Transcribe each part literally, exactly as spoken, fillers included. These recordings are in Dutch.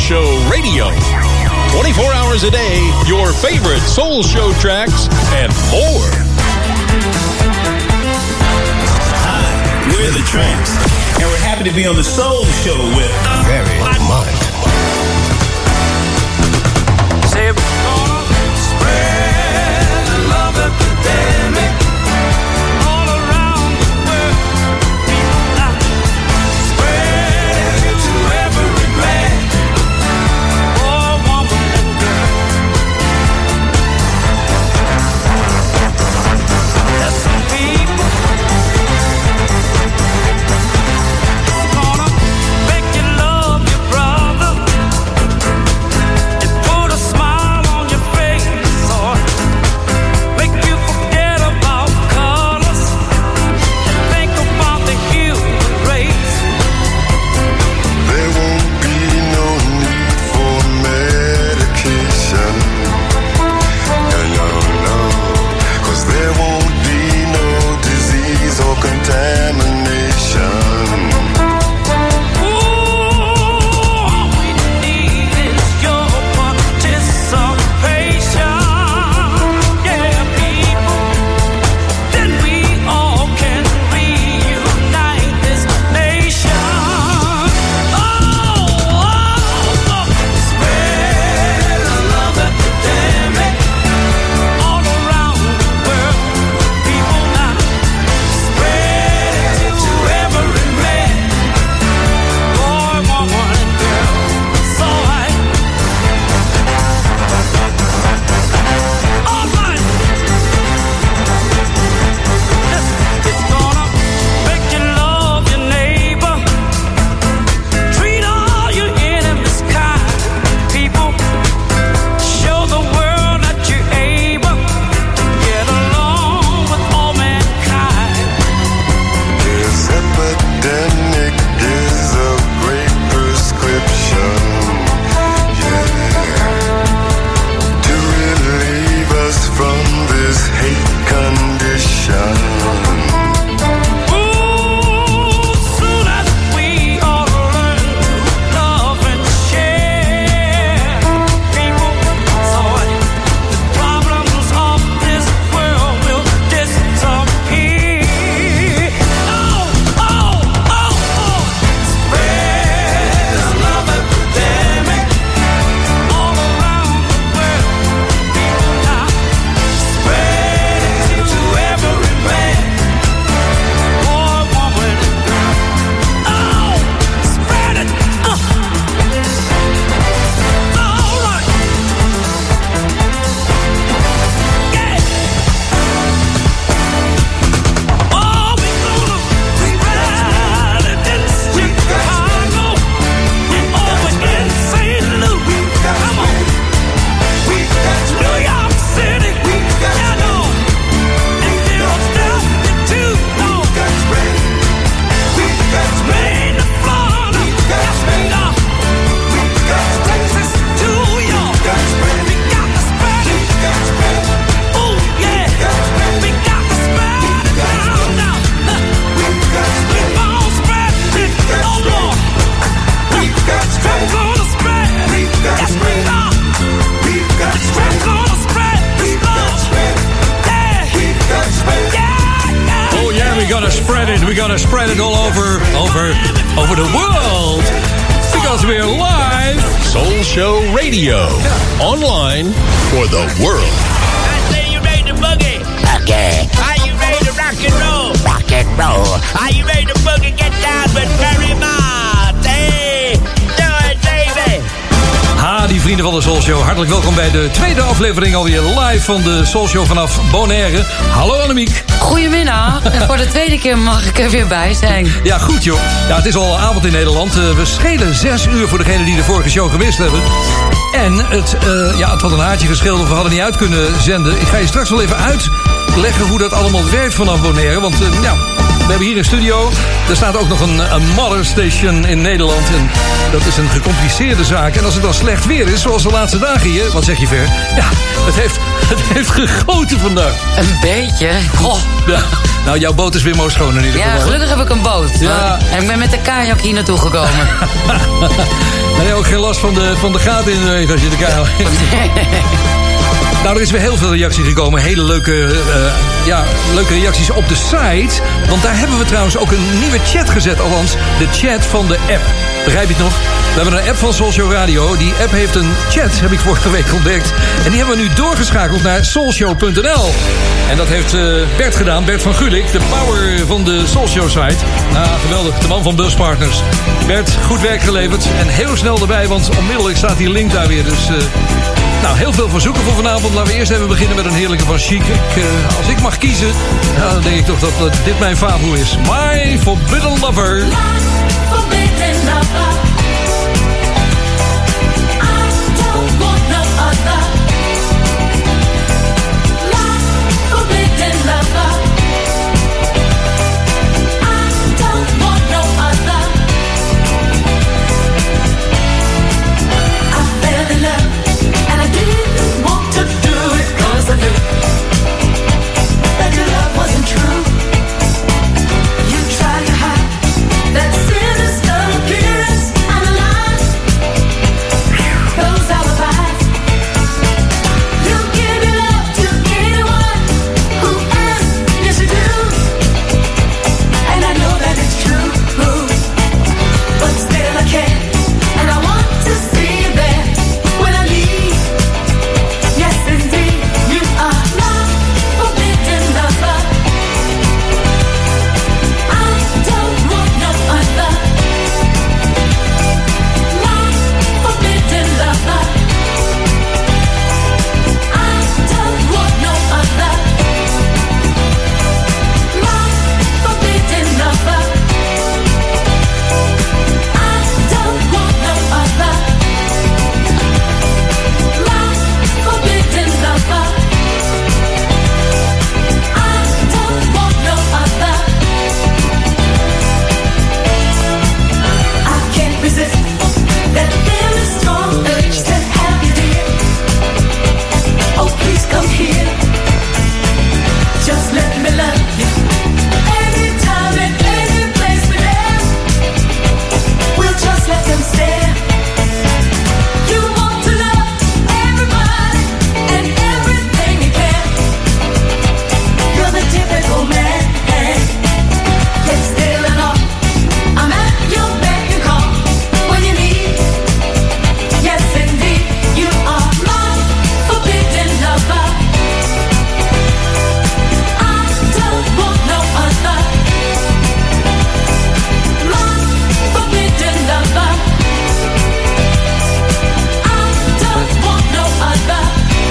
Show Radio. twenty-four hours a day, your favorite Soul Show tracks and more. Hi, we're the Tramps, and we're happy to be on the Soul Show with Very much. Say we're gonna spread the love epidemic all around the world. Now, spread it to every man, boy, woman, and girl. There's some people gonna make you love your brother and put a smile on your face, or make you forget about colors and think about the human race. There won't be no need for medication. No, no, no. 'Cause there won't be no disease or contamination. Ooh, all we need is your participation. Yeah, people, then we all can reunite this nation. Oh, oh, oh. Spread the love epidemic all around the world. People, now spread it to every man, boy, woman, and girl. So I, all right. It's gonna make you love your neighbor, treat all your enemies kind. People, show the world that you're able to get along with all mankind. This epidemic is a great prescription. Yeah. To relieve us from this hate condition. Ooh, soon as we all learn to love and share, people, so the problems of this world will disappear. Oh, oh, oh, oh. Spread the love epidemic all around the world. People, now spread it to every man, boy, woman, and girl. Oh, spread it. Uh. All right. Yeah. Oh, we gonna spread it in Chicago and over in Saint Louis. Come on. New York City. Yeah, no. And Philadelphia too. No. Maine to Florida. Yes, we are. Texas to York. We got to spread it. Oh, yeah. We got to spread it down now. Keep on spreading it. Oh, Lord. Strength gonna spread. Yes, we are. Strength gonna spread. Lord. Yeah. Yeah, yeah. Oh yeah, we gotta spread it. We gotta spread it all over, over, over the world. Because we're live. Soul Show Radio. Online for the world. I say you ready to boogie. Okay. Are you ready to rock and roll? Rock and roll. Are you ready to boogie? Get down with Barry Mott. Hey, do it, baby. Ha, die vrienden van de Soul Show. Hartelijk welkom bij de tweede aflevering alweer live van de Soul Show vanaf Bonaire. Hallo Annemiek. Goedemiddag. En voor de tweede keer mag ik er weer bij zijn. Ja, goed joh. Ja, het is al avond in Nederland. Uh, we schelen zes uur voor degenen die de vorige show gemist hebben. En het, uh, ja, het had een haartje gescheeld of we hadden niet uit kunnen zenden. Ik ga je straks wel even uitleggen hoe dat allemaal werkt vanaf Bonaire. Want uh, ja, we hebben hier een studio. Er staat ook nog een, een mother station in Nederland. En dat is een gecompliceerde zaak. En als het dan slecht weer is, zoals de laatste dagen hier. Wat zeg je Ver? Ja, het heeft, het heeft gegoten vandaag. Een beetje. Goh. Ja. Nou, jouw boot is weer mooi schoon in ieder geval. Ja, gelukkig heb ik een boot. Ja. En ik ben met de kajak hier naartoe gekomen. En je ook geen last van de, van de gaten in de weeg als je de kamer... Nou, er is weer heel veel reactie gekomen. Hele leuke, uh, ja, leuke reacties op de site. Want daar hebben we trouwens ook een nieuwe chat gezet. Althans, de chat van de app. Begrijp je het nog? We hebben een app van Soulshow Radio. Die app heeft een chat, heb ik vorige week ontdekt. En die hebben we nu doorgeschakeld naar soulshow punt n l. En dat heeft uh, Bert gedaan. Bert van Gulik, de power van de Soulshow site. Nou, geweldig. De man van Buspartners. Bert, goed werk geleverd. En heel snel erbij, want onmiddellijk staat die link daar weer. Dus... Uh, Nou, heel veel verzoeken voor vanavond. Laten we eerst even beginnen met een heerlijke van Chic. Ik, uh, als ik mag kiezen, nou, dan denk ik toch dat uh, dit mijn favoriet is. My Forbidden Lover. My forbidden lover. I don't want no other. My forbidden lover. I don't want no other. I fell in love. Didn't want to do it 'cause I knew that your love wasn't true. You tried to hide that sinister appearance and a lie. Those alibis. You give your love to anyone who asks, yes you do. And I know that it's true, but still I can't. And I want to see you there when I leave. Yes, indeed, you are my forbidden lover. I don't want no other. My forbidden lover. I don't want no other. My forbidden lover. I don't want no other. My forbidden lover. I don't want no other. I can't resist that very strong urge to have you, dear. Oh, please come here. Just let me love you. Anytime and any place we're there. We'll just let them stare. You want to love everybody and everything you can. You're the typical man. Yet still and all, I'm at your beck and call when you need. Yes, indeed, you are my forbidden lover. I don't want no other. My forbidden lover. I don't want no other.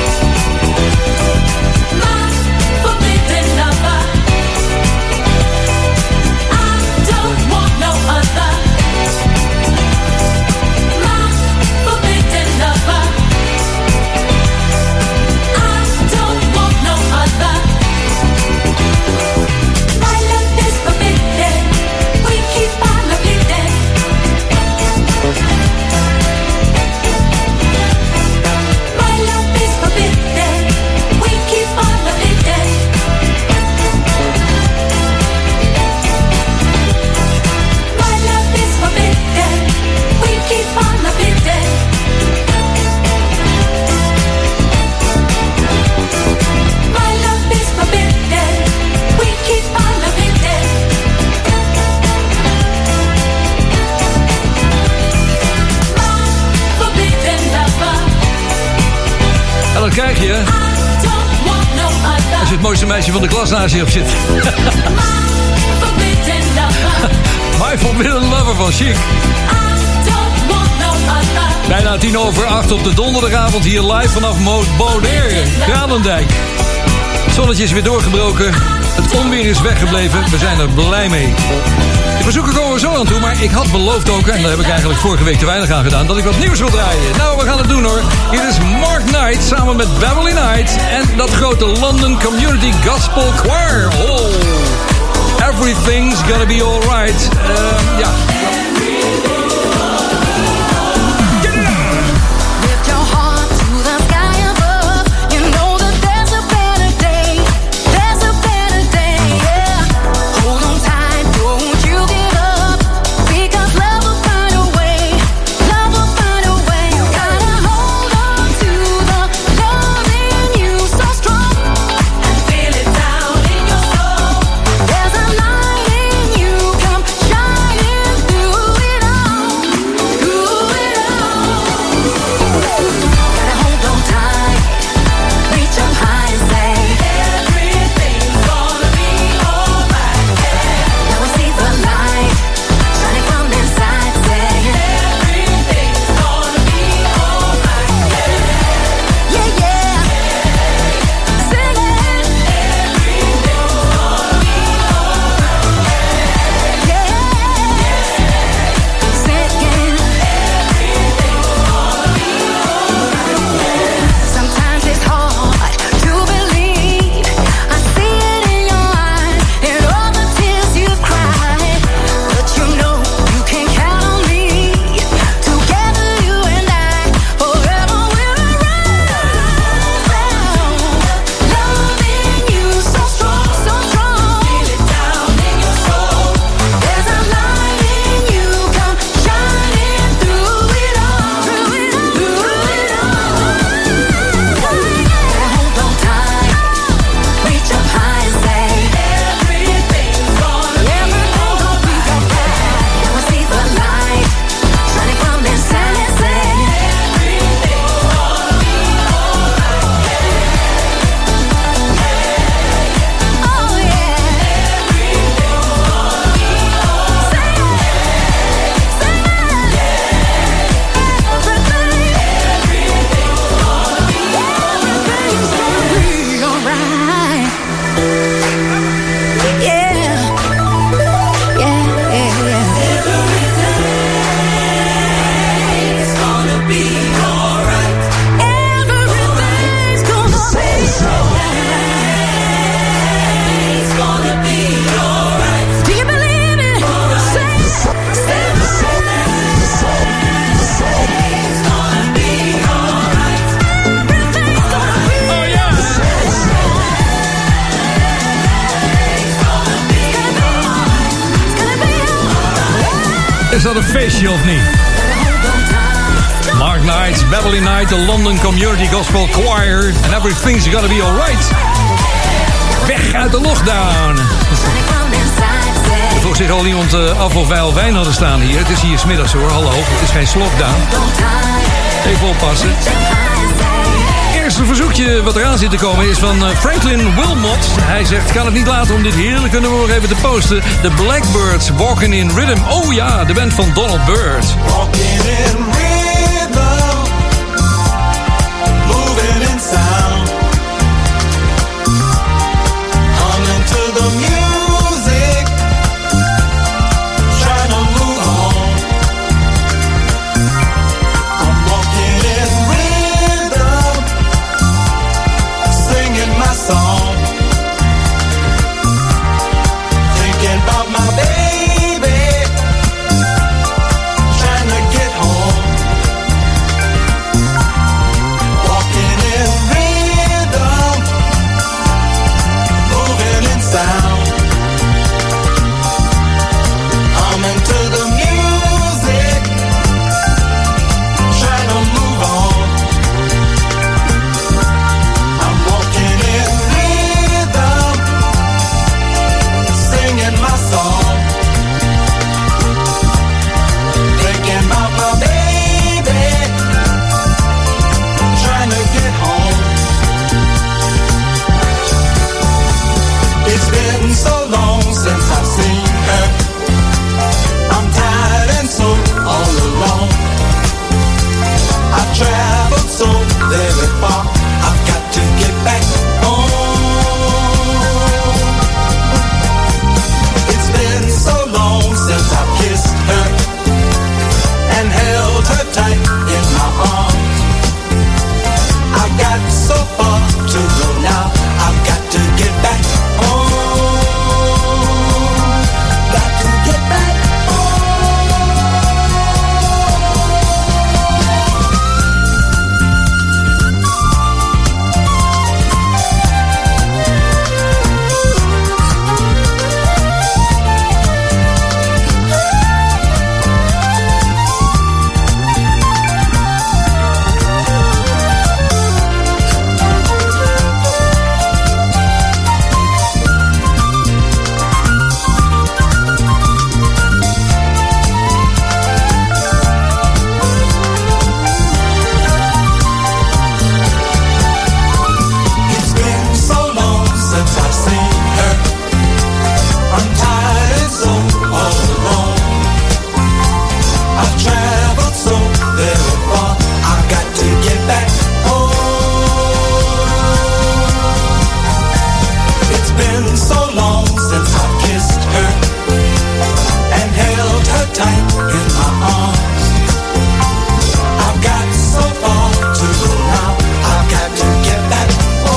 My forbidden lover. I don't want no other. My forbidden lover. I don't want no other. My love is forbidden. We keep our love hidden. My love is forbidden. We keep our love hidden. My love is forbidden. We keep our love hidden. My love is forbidden. We keep our love hidden. My forbidden lover. En dat krijg je I don't want no other. als je het mooiste meisje van de klas naast je op zit. My forbidden lover. My Forbidden Lover van Chic. I don't want no other. Bijna tien over acht op de donderdagavond hier live vanaf Mo- Bonaire, Kralendijk. Het zonnetje is weer doorgebroken. Het onweer is weggebleven. We zijn er blij mee. De bezoeken komen we zo aan toe, maar ik had beloofd ook, en daar heb ik eigenlijk vorige week te weinig aan gedaan, dat ik wat nieuws wil draaien. Nou, we gaan het doen hoor. Hier is Mark Knight samen met Beverly Knight en dat grote London Community Gospel Choir. Oh, everything's gonna be alright. Uh, ja. Lift your heart to the sky above. You know that there's a better day. There's a better day, yeah. Hold on tight, don't you give up. Because love will find a way. Love will find dat een feestje of niet? Mark Knight, Beverly Knight, de London Community Gospel Choir. And everything's gonna be alright. Weg uit de lockdown. Er vroeg zich al iemand uh, af of wij al wijn hadden staan hier. Het is hier 's middags hoor, hallo. Het is geen lockdown. Even oppassen. Het eerste verzoekje wat eraan zit te komen is van Franklin Wilmot. Hij zegt, kan het niet laten om dit heerlijke nummer nog even te posten. The Blackbirds, Walking in Rhythm. Oh ja, de band van Donald Byrd. Walking in rhythm, moving in sound, humming to the music, trying to move on. I'm walking in rhythm, singing my song, thinking about my baby, trying to get home. Walking in rhythm, moving in sound, humming to the music, trying to move on. I'm walking in rhythm, singing my song, thinking about my baby, trying to get home. It's been so long since I've seen her. I'm tired and so all alone. I've traveled so very far. I've got to get back home. It's been so long since I've kissed her and held her tight in my arms. I've got so far to go now. I've got to get back home. Got to get back It's been so long since I've seen her. I'm tired and so all alone. I've traveled so very far. I've got to get back home. It's been so long since I've kissed her and held her tight in my arms. I've got so far to go now. I've got to get back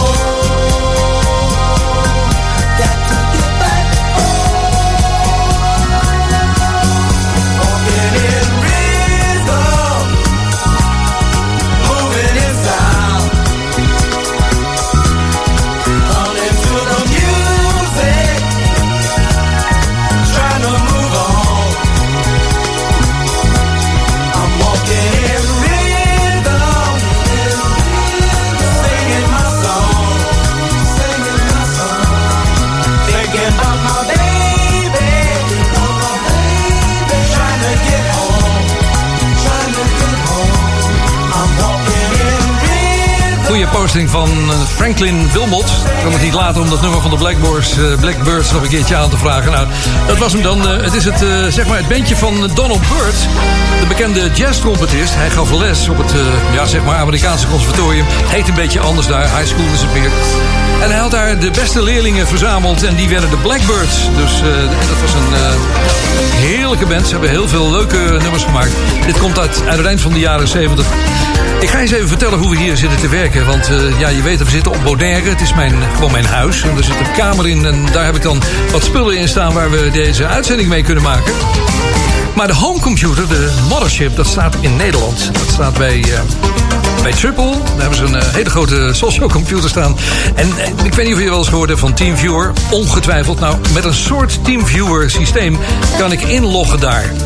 home. Got to get back home. Walking in rhythm, moving in sound, humming to the music, trying to move on. I'm walking in rhythm, singing my song, singing my song, thinking about my baby, about my baby, trying to get home, trying to get home. I'm walking in rhythm. Goeie posting van eh, Franklin Wilmot. Ik kan het niet laten om dat nummer van de Blackbirds, eh, Blackbirds nog een keertje aan te vragen. Nou, dat was hem dan. Eh, het is het, eh, zeg maar het bandje van Donald Byrd. De bekende jazztrompetist. Hij gaf les op het eh, ja, zeg maar Amerikaanse conservatorium. Het heet een beetje anders daar. High school is het meer. En hij had daar de beste leerlingen verzameld. En die werden de Blackbirds. Dus eh, dat was een eh, heerlijke band. Ze hebben heel veel leuke nummers gemaakt. Dit komt uit, uit het eind van de jaren zeventig. Ik ga eens even vertellen hoe we hier zitten te werken. Want uh, ja, je weet, we zitten op Bonaire. Het is mijn, gewoon mijn huis. En er zit een kamer in. En daar heb ik dan wat spullen in staan waar we deze uitzending mee kunnen maken. Maar de homecomputer, de mothership, dat staat in Nederland. Dat staat bij, uh, bij Triple. Daar hebben ze een uh, hele grote sociocomputer staan. En uh, ik weet niet of je wel eens gehoord hebt van TeamViewer. Ongetwijfeld. Nou, met een soort TeamViewer systeem kan ik inloggen daar.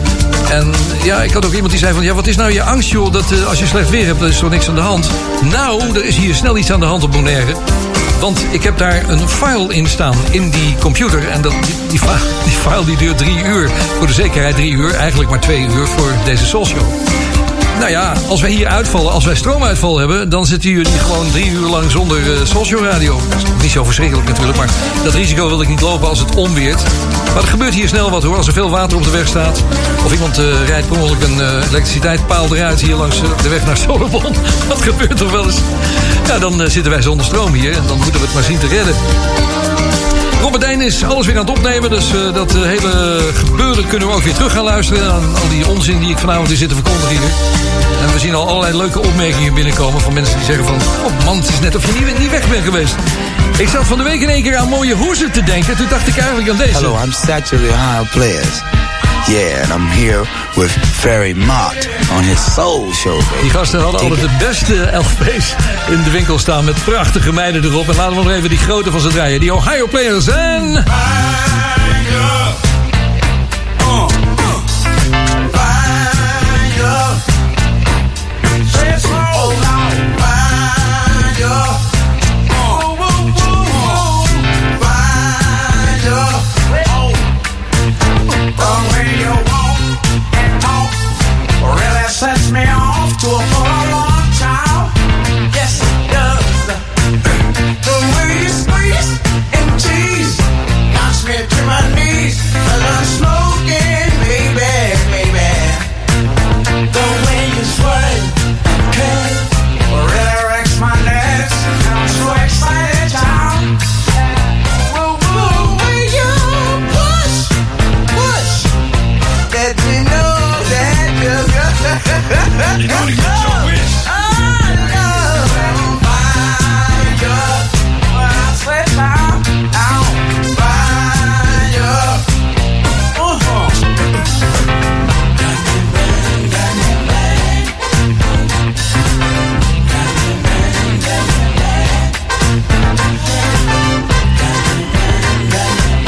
En ja, ik had ook iemand die zei van... ja, wat is nou je angst, joh, dat uh, als je slecht weer hebt... dan is er niks aan de hand. Nou, er is hier snel iets aan de hand op Bonaire. Want ik heb daar een file in staan in die computer. En dat, die, die, file, die file die duurt drie uur. Voor de zekerheid drie uur. Eigenlijk maar twee uur voor deze Soul Show. Nou ja, als wij hier uitvallen, als wij stroomuitval hebben... dan zitten jullie gewoon drie uur lang zonder uh, Soul Show radio. Dat is niet zo verschrikkelijk natuurlijk, maar dat risico wil ik niet lopen als het onweert. Maar er gebeurt hier snel wat hoor, als er veel water op de weg staat... of iemand uh, rijdt per ongeluk een uh, elektriciteitspaal eruit hier langs uh, de weg naar Solomon. Dat gebeurt toch wel eens. Ja, dan uh, zitten wij zonder stroom hier en dan moeten we het maar zien te redden. Robertijn is alles weer aan het opnemen, dus uh, dat uh, hele gebeuren kunnen we ook weer terug gaan luisteren... aan al die onzin die ik vanavond hier zit te verkondigen hier. En we zien al allerlei leuke opmerkingen binnenkomen van mensen die zeggen van... oh man, het is net of je niet, niet weg bent geweest. Ik zat van de week in één keer aan mooie hoezen te denken, toen dacht ik eigenlijk aan deze. Hello, I'm Saturday High Players. Yeah, and I'm here with Ferry Mott on his Soul Show. Baby. Die gasten hadden altijd de beste L P's in de winkel staan met prachtige meiden erop. En laten we nog even die grote van ze draaien. Die Ohio Players en... Sets me off to a full long child. Yes, it does. The way you squeeze and tease knocks me to my knees. I love smoking, baby, baby. The way you sweat and curve really wrecks my nerves. And I'm so excited, child. Whoa, whoa, when you push, push, let me know that you're good. You're gonna get your wish. I love fire. When I sweat down, down, fire. Uh-huh. Got me bang, got me bang. Got me bang, got me bang. Got me bang, got me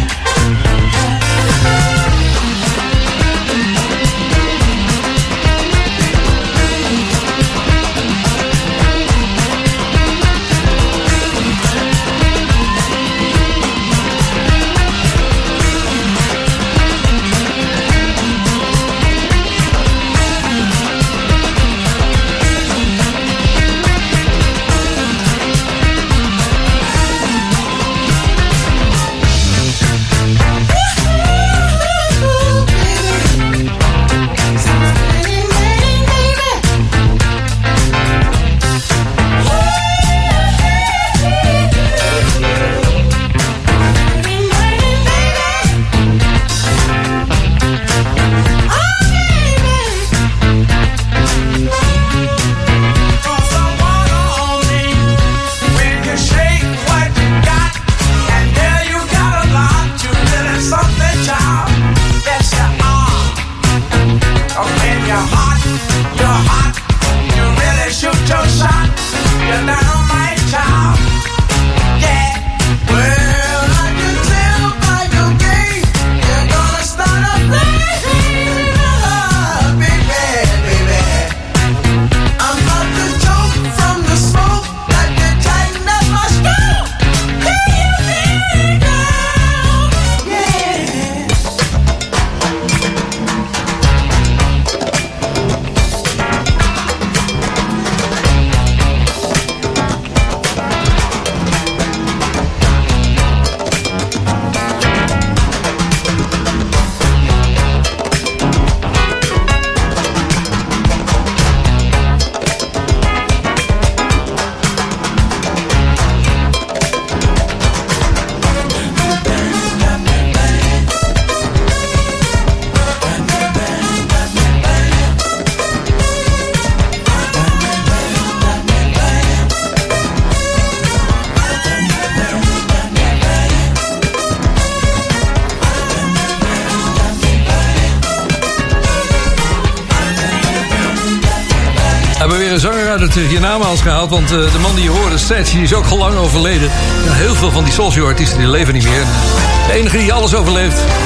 Een zanger uit het hiernamaals gehaald, want uh, de man die je hoorde, Seth, die is ook al lang overleden. Ja, heel veel van die soulshow artiesten die leven niet meer. De enige die alles overleeft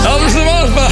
Dat is de wasbaan.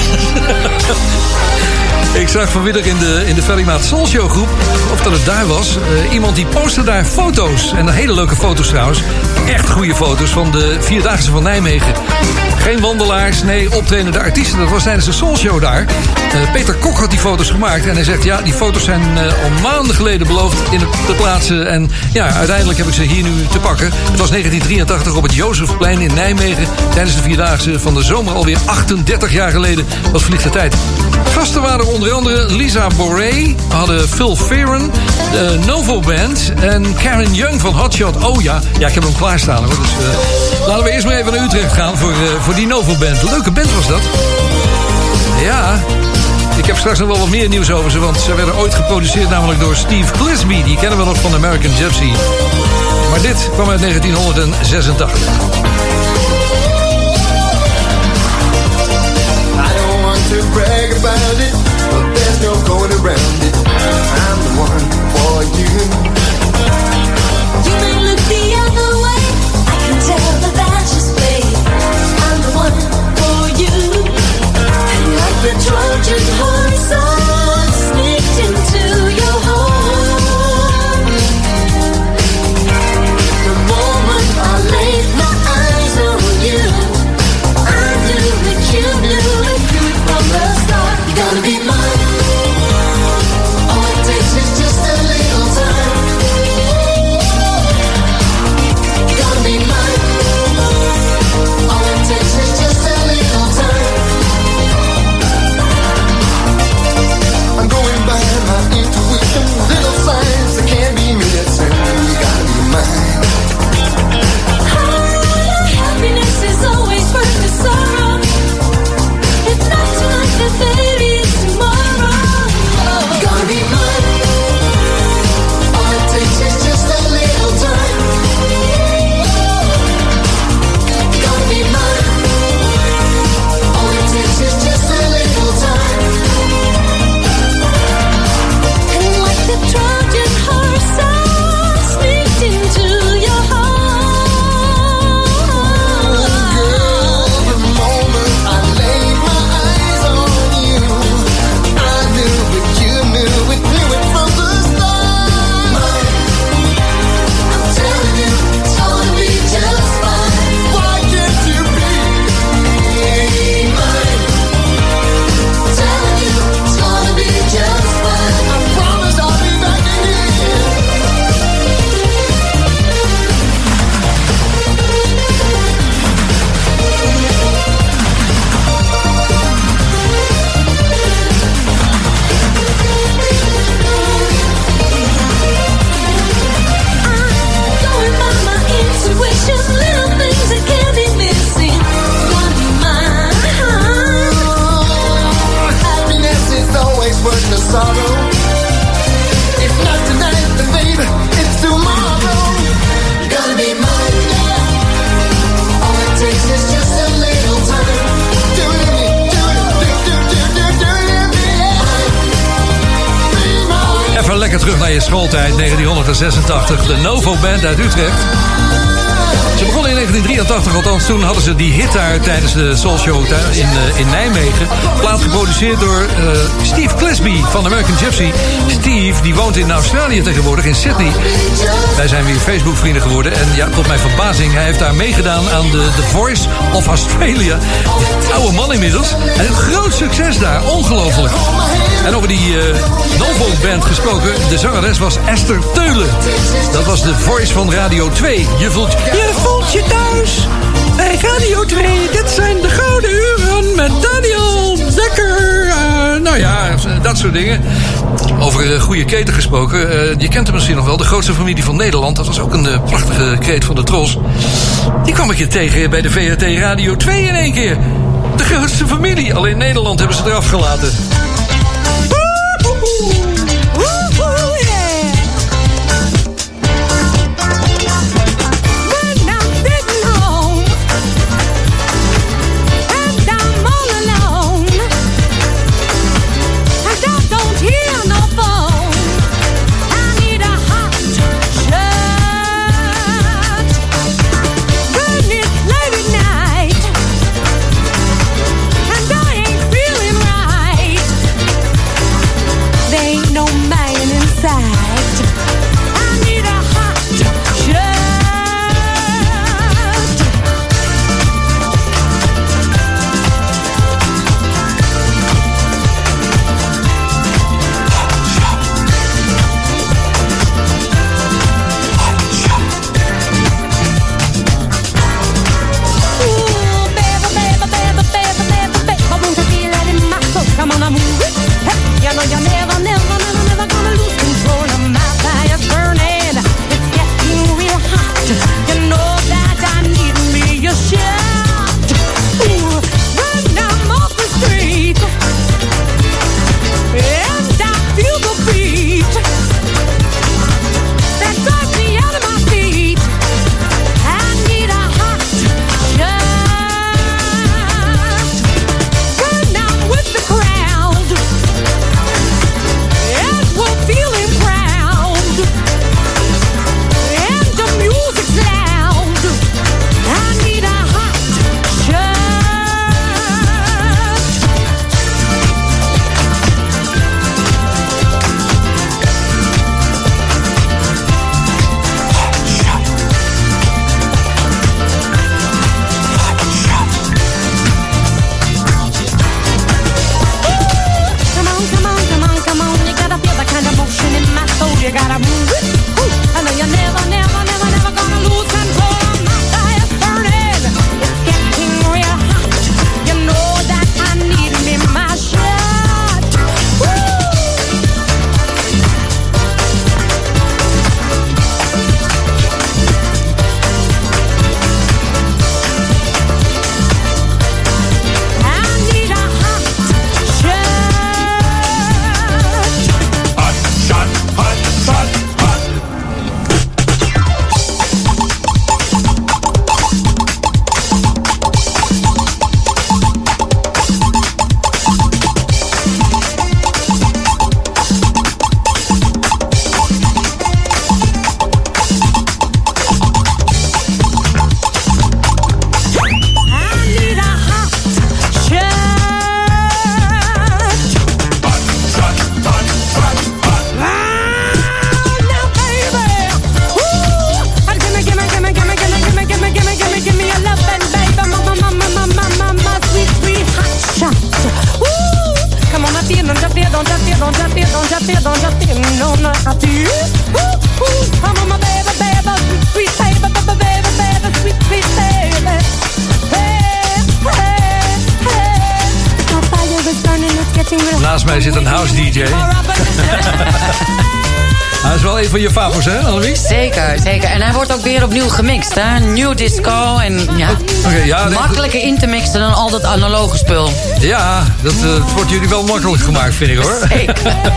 Ik zag vanmiddag in de, in de Ferry Maat Soul Show groep, of dat het daar was, uh, iemand die postte daar foto's. En hele leuke foto's trouwens. Echt goede foto's van de Vierdaagse van Nijmegen. Geen wandelaars, nee, optredende artiesten. Dat was tijdens de Soul Show daar. Uh, Peter Kok had die foto's gemaakt. En hij zegt, ja, die foto's zijn uh, al maanden geleden beloofd in het, te plaatsen. En ja, uiteindelijk heb ik ze hier nu te pakken. Het was negentien drieëntachtig op het Jozefplein in Nijmegen. Tijdens de Vierdaagse van de zomer alweer achtendertig jaar geleden. Wat vliegt de tijd. Gasten waren onder andere Lisa Boré. We hadden Phil Fearon, de Novo Band en Karen Young van Hotshot. Oh ja, ja, ik heb hem klaarstaan hoor. Dus uh, laten we eerst maar even naar Utrecht gaan voor, uh, voor die Novo Band. Leuke band was dat. Ja, ik heb straks nog wel wat meer nieuws over ze, want ze werden ooit geproduceerd namelijk door Steve Gillespie. Die kennen we nog van American Gypsy. Maar dit kwam uit negentien zesentachtig. To brag about it, but there's no going around it. I'm the one for you. You may look the other way, I can tell that that's just fate. I'm the one for you. And like the Trojan horse, I sneaked into your heart. The moment I laid my eyes on you, I knew that you knew it. From the start, you're gonna be mine. All it takes is just a little time. You're gonna be mine. All it takes is just a little time. I'm going by my intuition, little signs that can't be missing. You gotta be mine. Ah, happiness is always worth the sorrow. If not tonight, then maybe it's tomorrow. You're gonna be mine. All it takes is just a little time. You're gonna be mine. All it takes is just a little time. And like the Trojan horse, I sneaked into your heart. Girl, the moment I laid my eyes on you, I knew it, you knew it, knew it from the start. Mine. I'm telling you, it's gonna be just fine. Why can't you be Mine. I'm telling you, it's gonna be just fine. I promise I'll be back again. Going by my intuition, little things that can't be missing. Gonna be mine. Happiness is always worth the sorrow. If not tonight, then baby, it's tomorrow. Gonna be mine. All it takes is just a little time. Do it to me, do it, do, do, do, do, do it to me, yeah. Be mine. Even lekker terug naar je schooltijd, negentien zesentachtig. De Novo Band uit Utrecht. Ze begonnen in negentien drieëntachtig, althans toen hadden ze die hit daar tijdens de Soul Show in, uh, in Nijmegen. Plaat geproduceerd door uh, Steve Gillespie van American Gypsy. Steve, die woont in Australië tegenwoordig, in Sydney. Wij zijn weer Facebook-vrienden geworden. En ja, tot mijn verbazing, hij heeft daar meegedaan aan de The Voice of Australia. Oude man inmiddels. En een groot succes daar, ongelooflijk. En over die uh, Novo Band gesproken, de zangeres was Esther Teulen. Dat was de Voice van Radio twee. Je voelt je, voelt je thuis bij Radio twee. Dit zijn de gouden uren met Daniel Dekker. Uh, nou ja, dat soort dingen. Over uh, goede keten gesproken. Uh, je kent hem misschien nog wel, de grootste familie van Nederland. Dat was ook een uh, prachtige kreet van de Tros. Die kwam ik je tegen bij de V R T Radio twee in één keer. De grootste familie. Alleen Nederland hebben ze eraf gelaten. And gotta move it. Ooh, I know you're never, never, never, never gonna lose control of my fire burning. It's getting real hot. You know that I need me my shot. Woo! Naast mij zit een house D J. Hij is wel een van je favorieten, hè, Annemiek? Zeker, zeker. En hij wordt ook weer opnieuw gemixt, hè? New disco en ja, okay, ja makkelijker in te mixen dan al dat analoge spul. Ja, dat uh, wordt jullie wel makkelijk gemaakt, vind ik, hoor. Zeker.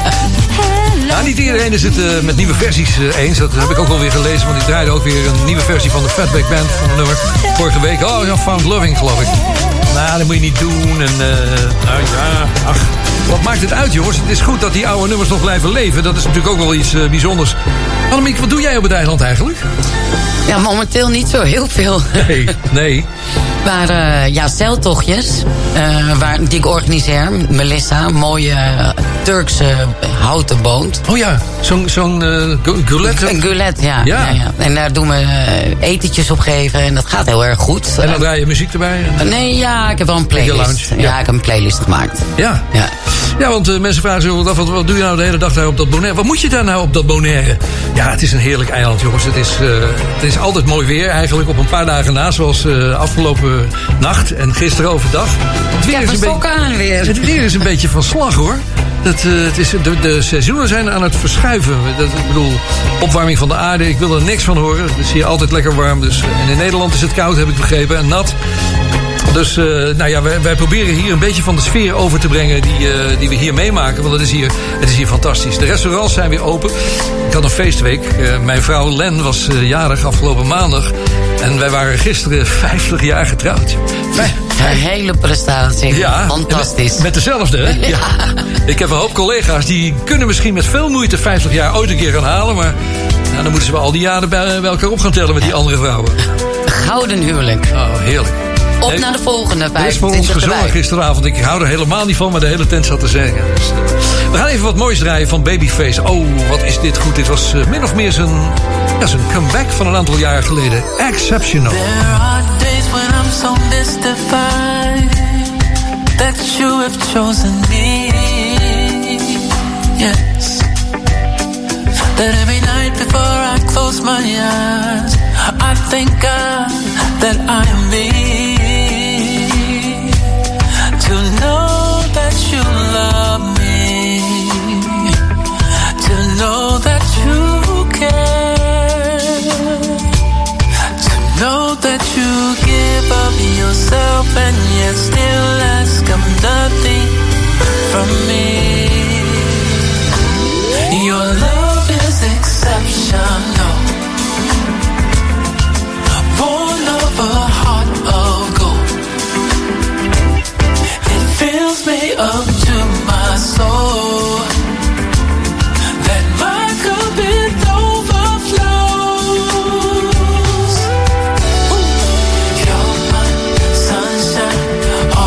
Nou, niet iedereen is het uh, met nieuwe versies uh, eens. Dat heb ik ook alweer gelezen, want ik draaide ook weer een nieuwe versie van de Fatback Band van een nummer. Vorige week, oh, ja, Found Loving, geloof ik. Nou, dat moet je niet doen. En, uh, nou ja, ach, wat maakt het uit, jongens? Het is goed dat die oude nummers nog blijven leven. Dat is natuurlijk ook wel iets uh, bijzonders. Annemiek, wat doe jij op het eiland eigenlijk? Ja, momenteel niet zo heel veel. Nee, nee. Maar uh, ja, zeiltochtjes, uh, waar, die ik organiseer. Melissa, mooie uh, Turkse houten boot. Oh ja, zo'n zo'n uh, gulet. Een gulet, ja, ja. ja, ja. En daar doen we uh, etentjes op geven en dat gaat heel erg goed. En dan draai je muziek erbij? Uh, nee, ja, ik heb wel een playlist. Ja. ja, ik heb een playlist gemaakt. Ja, ja. Ja, want uh, mensen vragen zich af, wat, wat doe je nou de hele dag daar op dat Bonaire? Wat moet je daar nou op dat Bonaire? Ja, het is een heerlijk eiland, jongens. Het is, uh, het is altijd mooi weer, eigenlijk op een paar dagen na, zoals uh, afgelopen nacht en gisteren overdag. Het weer ik heb is een een stok aan weer. Het weer is een beetje van slag, hoor. Dat, uh, het is, de, de seizoenen zijn aan het verschuiven. Dat, ik bedoel, opwarming van de aarde, ik wil er niks van horen. Het is hier altijd lekker warm. Dus, en in Nederland is het koud, heb ik begrepen, en nat. Dus uh, nou ja, wij, wij proberen hier een beetje van de sfeer over te brengen die, uh, die we hier meemaken. Want het is hier, het is hier fantastisch. De restaurants zijn weer open. Ik had een feestweek. Uh, mijn vrouw Len was uh, jarig afgelopen maandag. En wij waren gisteren vijftig jaar getrouwd. Vijf, Een hele prestatie. Ja, fantastisch. Met, met dezelfde, hè? Ja. Ja. Ik heb een hoop collega's die kunnen misschien met veel moeite vijftig jaar ooit een keer gaan halen. Maar nou, dan moeten ze wel al die jaren bij, bij elkaar op gaan tellen met die andere vrouwen. Gouden huwelijk. Oh, heerlijk. Op nee, naar de volgende. Er is voor ons gezongen gisteravond. Ik hou er helemaal niet van, maar de hele tent zat te zeggen. Dus, uh, we gaan even wat moois draaien van Babyface. Oh, wat is dit goed. Dit was uh, min of meer zijn, ja, zijn comeback van een aantal jaar geleden. Exceptional. There are days when I'm so mystified that you have chosen me. Yes. That every night before I close my eyes I thank God that I am me. To know that you love me, to know that you care, to know that you give of yourself and yet still ask of nothing from me. Your love is exceptional, born of a heart of gold. It fills me up to my soul, that my cup it overflows. Ooh. You're my sunshine,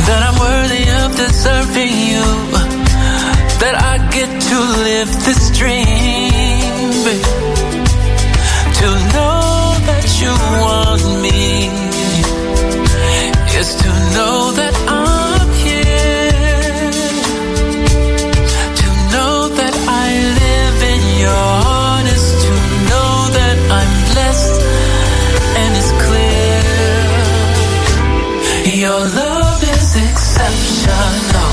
that I'm worthy of deserving you, that I get to live this dream, babe. To know that you want me is to know that I'm here, to know that I live in your heart is to know that I'm blessed and it's clear. Your love is exceptional,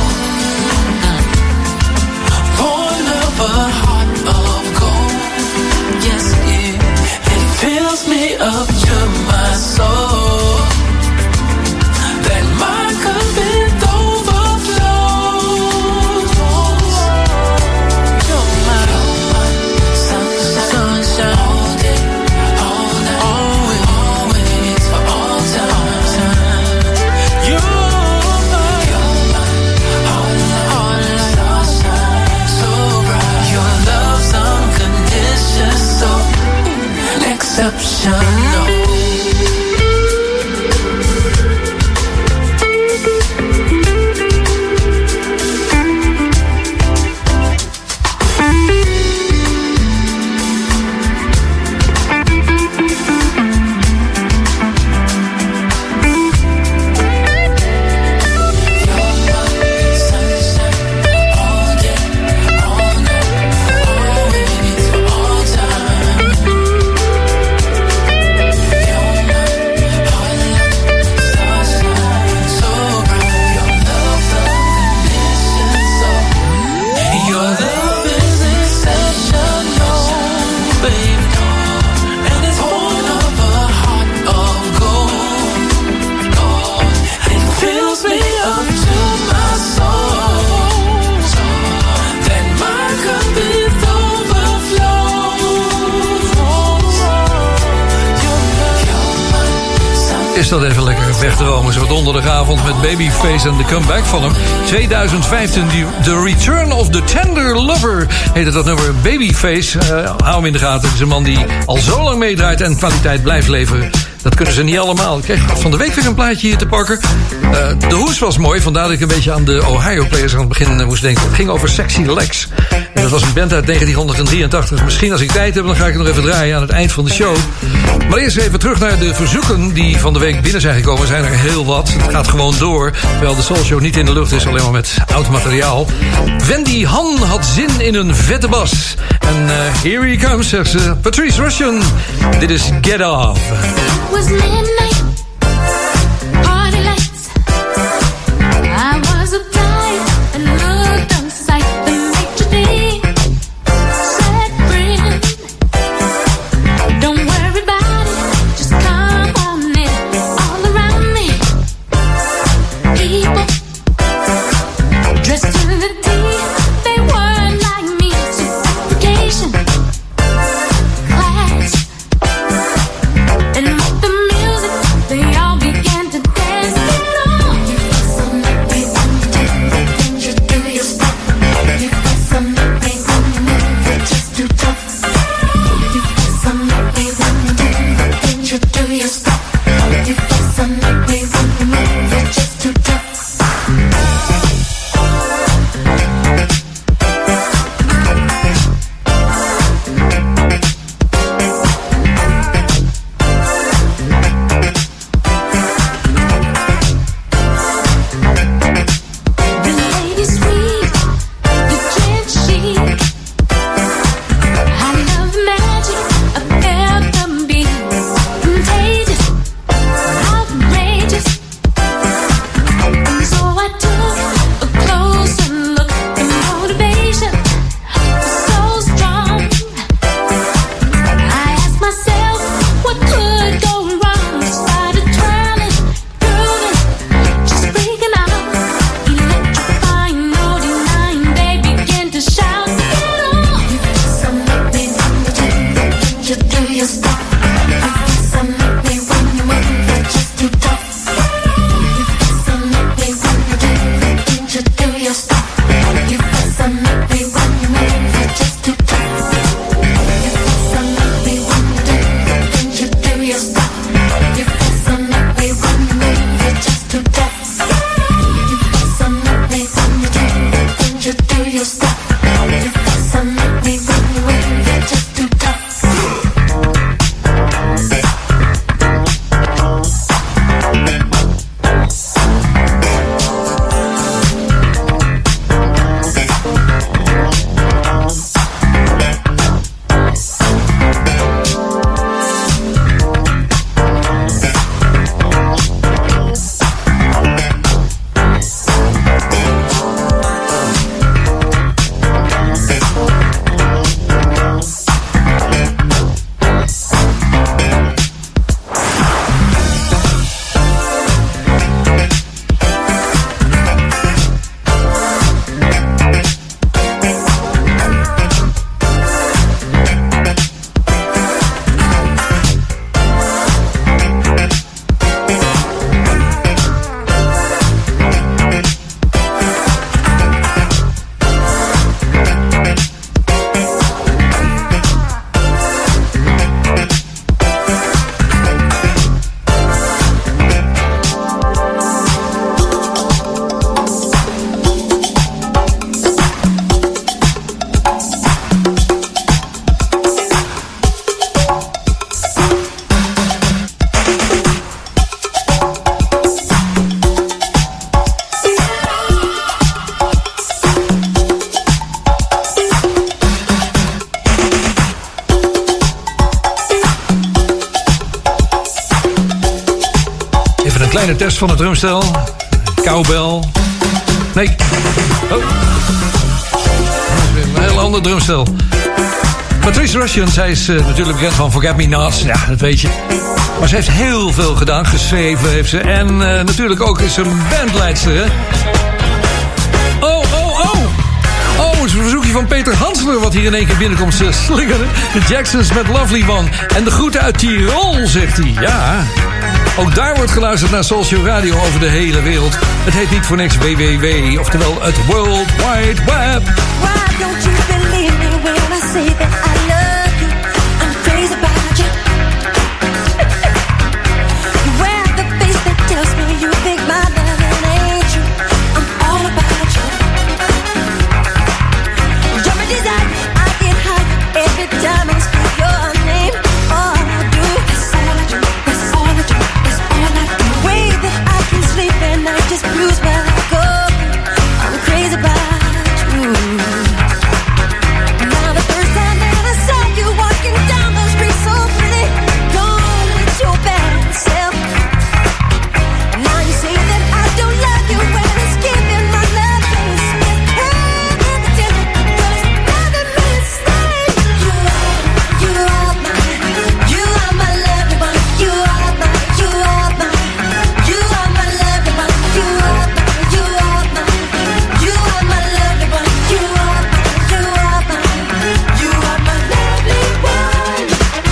born of a heart of gold. Yes, it, it fills me up to my soul, that my cup it overflows. You're my sunshine, sunshine, all day, all night, always, always, for all time. You're my, you're my all light, sunshine, so bright. Your love's unconditional, so exceptional. Is dat even lekker wegdromen, zo donderdagavond met Babyface en de comeback van hem. tweeduizend vijftien, The Return of the Tender Lover heette dat nummer. Babyface, uh, hou hem in de gaten. Het is een man die al zo lang meedraait en kwaliteit blijft leveren. Dat kunnen ze niet allemaal. Ik kreeg van de week weer een plaatje hier te pakken. Uh, de hoes was mooi, vandaar dat ik een beetje aan de Ohio Players aan het begin uh, moest denken. Het ging over Sexy Legs. En dat was een band uit negentien drieëntachtig. Misschien als ik tijd heb, dan ga ik het nog even draaien aan het eind van de show. Maar eerst even terug naar de verzoeken die van de week binnen zijn gekomen. Er zijn er heel wat. Het gaat gewoon door. Terwijl de Soul Show niet in de lucht is, alleen maar met oud materiaal. Wendy Han had zin in een vette bas. En uh, here he comes, zegt ze. Patrice Rushen. Dit is Get Off. Was midnight, party lights. I was uptight and looked on sight. The maitre d' said, "Friend, don't worry about it. Just come on in." All around me, people dressed to the T. They weren't like me. Sophistication, class, and with the music test van het drumstel. Cowbell. Nee. Oh. Een heel ander drumstel. Patrice Rushen, zij is uh, natuurlijk bekend van Forget Me Not. Ja, dat weet je. Maar ze heeft heel veel gedaan. Geschreven heeft ze. En uh, natuurlijk ook is ze een bandleidster, hè. Oh, oh, oh. Oh, het is een verzoekje van Peter Hansler wat hier in één keer binnenkomt uh, slingeren. De Jacksons met Lovely One. En de groeten uit Tirol, zegt hij. Ja. Ook daar wordt geluisterd naar Soul Show Radio over de hele wereld. Het heet niet voor niks W W W, oftewel het World Wide Web. Why don't you believe me when I say that I love you? I'm crazy about you. You wear the face that tells me you think my love ain't true. I'm all about you. You're my desire, I get high every time I speak your name. All I do, that's all I do, that's all I do, that's all I do. The way that I can sleep at night just proves where I go. I'm crazy about you. Now the first time that I saw you walking down the street so pretty, gone with your bad self. Now you say that I don't love you when it's giving my love face. It's the attention, but it's driving me insane. You are, you are mine. You are my lovely one. You are mine. You are mine. You are my lovely one. You are mine. You are mine. You are my lovely one. You are mine. You are mine. You are my lovely one.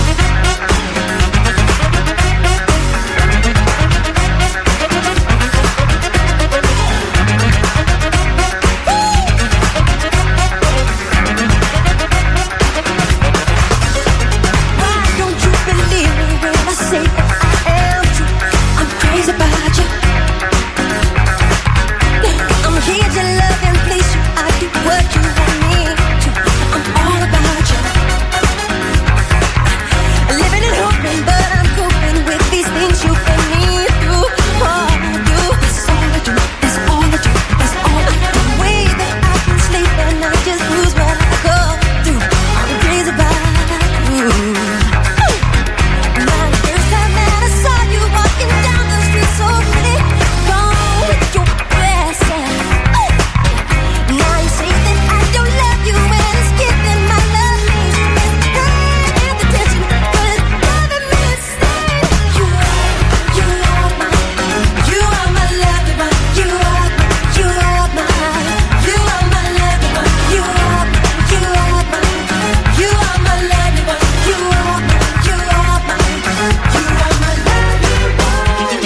Why don't you believe me when I say that I am true? I'm crazy about you. I'm here to love and please you. I do what you want me to. I'm all about you. Living and hoping, but I'm coping with these things you put me through. All I do, that's all I do, that's all I do, that's all I do. The way that I can sleep and I just lose what I go through. I'm crazy about you. Now the first time that I saw you walking down the street so pretty, gone with your best self. Now you say that I don't love you when it's giving my love means it's the attention, but it's driving me insane. You are, you are mine. You are my lovely one. You are, you are mine. You are my lovely one. You are, you are mine. You are my lovely one. You are, you are mine. You are my lovely one.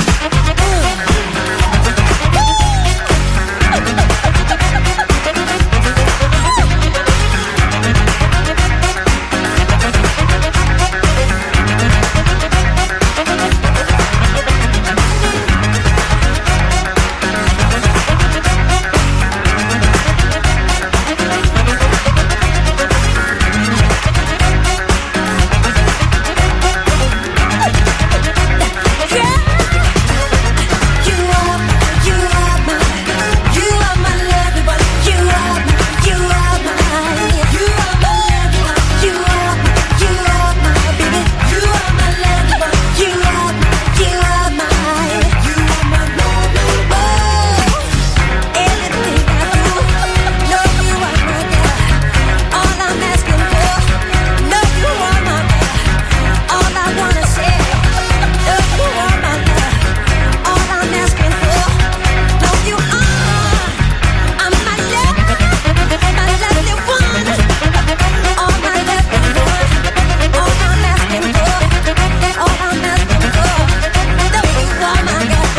You are, you are mine. You are my lovely one. You are, you are mine. You are my lovely one. You are, you are mine, baby. You are my lovely one. You are, you are mine. You are my lovely one. Anything I do, know you are my girl. All I'm asking for, know you are my girl. All I wanna say, know you are my girl. All I'm asking for, know you are. I'm my love, my lovely one. All my lovely one. All I'm asking for, all I'm asking for, know you are my girl.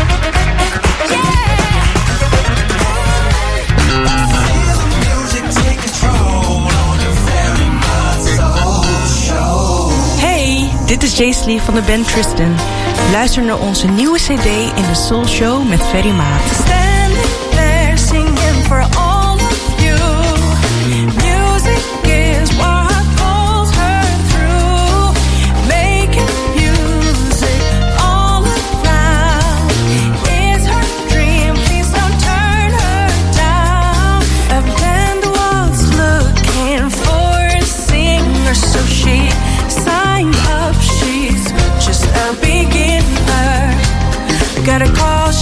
Hey, dit is Jaysley van de band Tristan. Luister naar onze nieuwe cd in de Soul Show met Ferry Maat. Standing there singing for all of you. Music is what pulls her through. Making music all around. It's her dream, please don't turn her down. A band was looking for a singer, so she signed up. She's just a beginner. Got a call,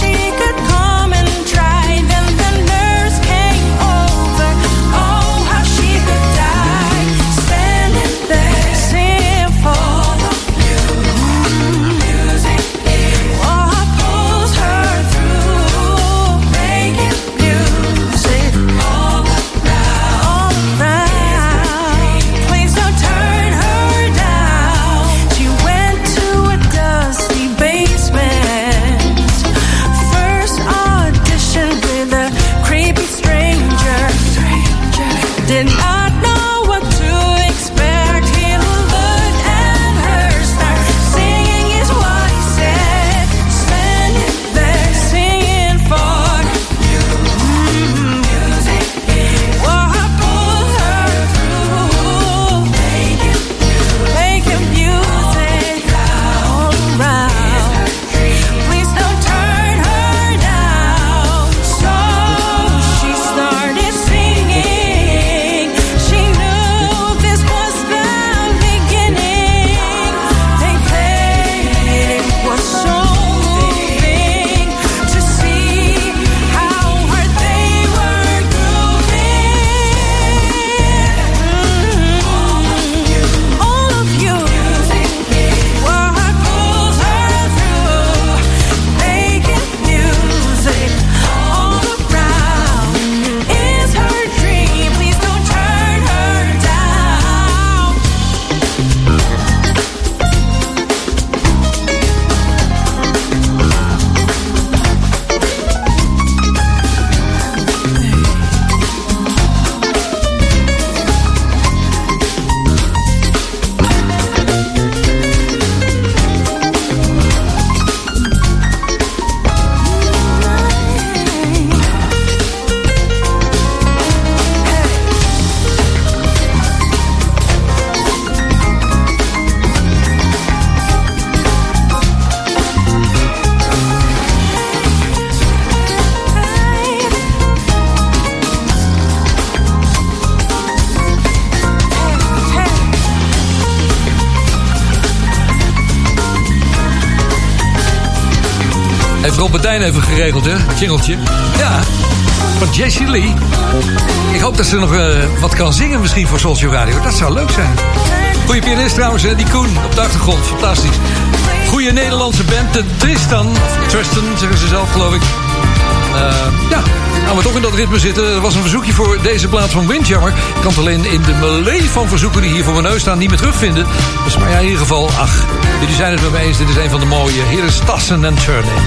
Rob Betijn even geregeld, hè? Jingeltje. Ja, van Jessie Lee. Ik hoop dat ze nog uh, wat kan zingen misschien voor Soul Show Radio. Dat zou leuk zijn. Goeie pianist trouwens, hè? Die Koen op de achtergrond. Fantastisch. Goeie Nederlandse band, de Tristan. Of Tristan, zeggen ze zelf, geloof ik. Uh, ja, nou we toch in dat ritme zitten. Er was een verzoekje voor deze plaats van Windjammer. Ik kan het alleen in de melee van verzoeken die hier voor mijn neus staan niet meer terugvinden. Dus maar ja, in ieder geval, ach, jullie zijn het met me eens. Dit is een van de mooie. Hier is Tossen and Turning.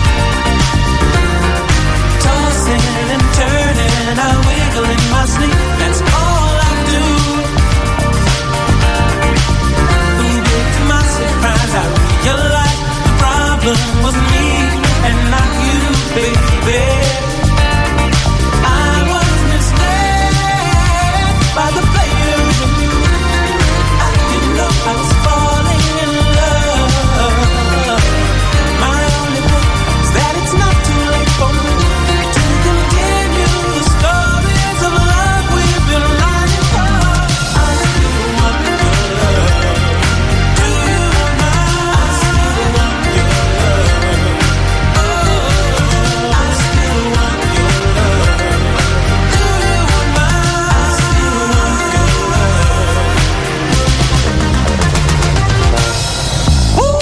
Tossing and turning, I wiggle in my sleep. That's all I do. Ooh, big to my surprise, I realize the problem was me and not you, baby. I was misled by the players in you. I didn't know I was falling in love. My only hope is that it's not too late for me to continue the stories of love we've been writing for. I still want your love. Do you mind? I still want your love. Oh, I still want your love. Do you mind? I still want your love. Woo!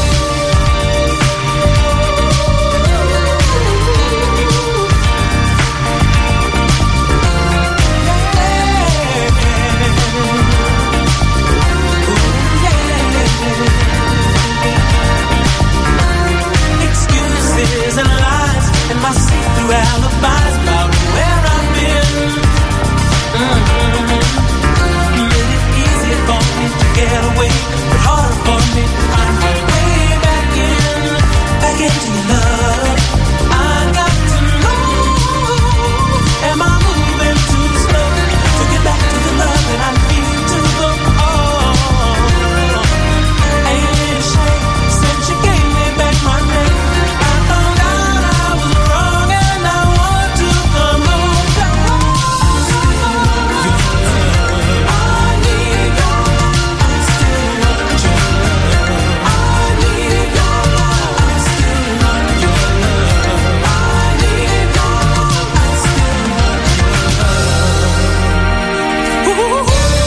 Excuses and lies and my see-through alibis about where I've been. Mm-hmm. Made it easy for me to get away, but harder for me to find my way back in, back into your love. I got to know, am I moving too slow to get back to the love that I need to go on? Ain't it a shame since you gave me back my name? I found out I was wrong and I want to come home. I need your love. I still want your love. I need your love. I still want your love. I need your love. I still want your love. Ooh.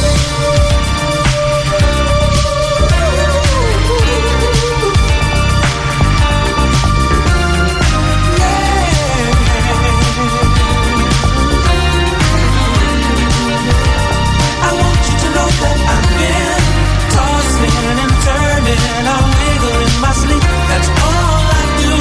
I want you to know that I've been tossing and turning, I wiggle in my sleep. That's all I do.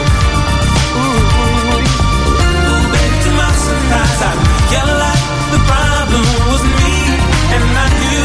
Ooh, ooh, baby, to my surprise, I realized the problem was me and not you.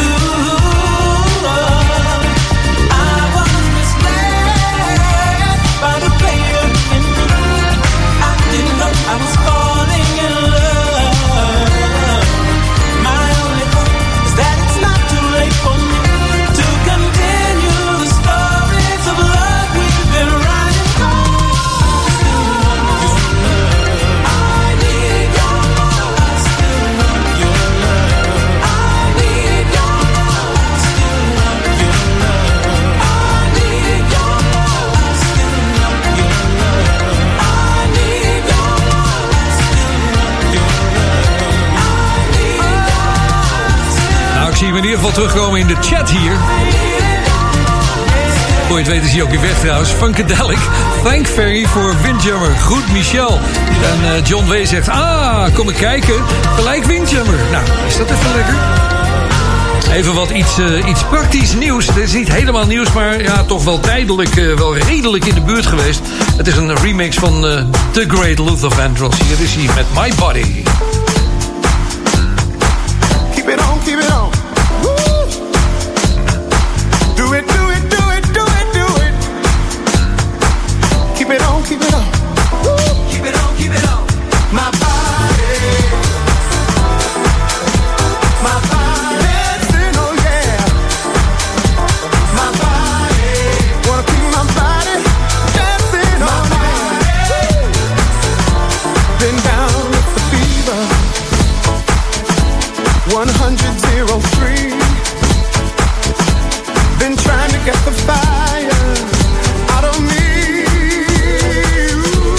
I was misled by the player in me. I didn't know I was falling in love. My only hope is that it's not too late for me to continue the stories of love we've been writing for. I still want your love. I need your love. I still want your love. I need your love. I still want your love. I need your love. I still want your love. I need your love. I still want your love. I need your love. Nou, ik zie hem in ieder geval terugkomen in de chat hier. Voor je het weet is hij ook weer weg trouwens. Funkadelic. Thank Ferry voor Windjammer. Goed, Michel. En uh, John W. zegt, ah, kom ik kijken. Gelijk Windjammer. Nou, is dat even lekker? Even wat iets, uh, iets praktisch nieuws. Het is niet helemaal nieuws, maar ja, toch wel tijdelijk, uh, wel redelijk in de buurt geweest. Het is een remix van uh, The Great Luther Vandross. Hier is hij met My Body. Keep it on, keep it on. Woo! Do it, do it, do it, do it, do it. Keep it on, keep it on. Woo! Keep it on, keep it on. My body. My body. Dancing, oh yeah. My body. Wanna keep my body dancing all night. Been down with the fever. one hundred zero three. Been trying to get the fire out of me. Ooh.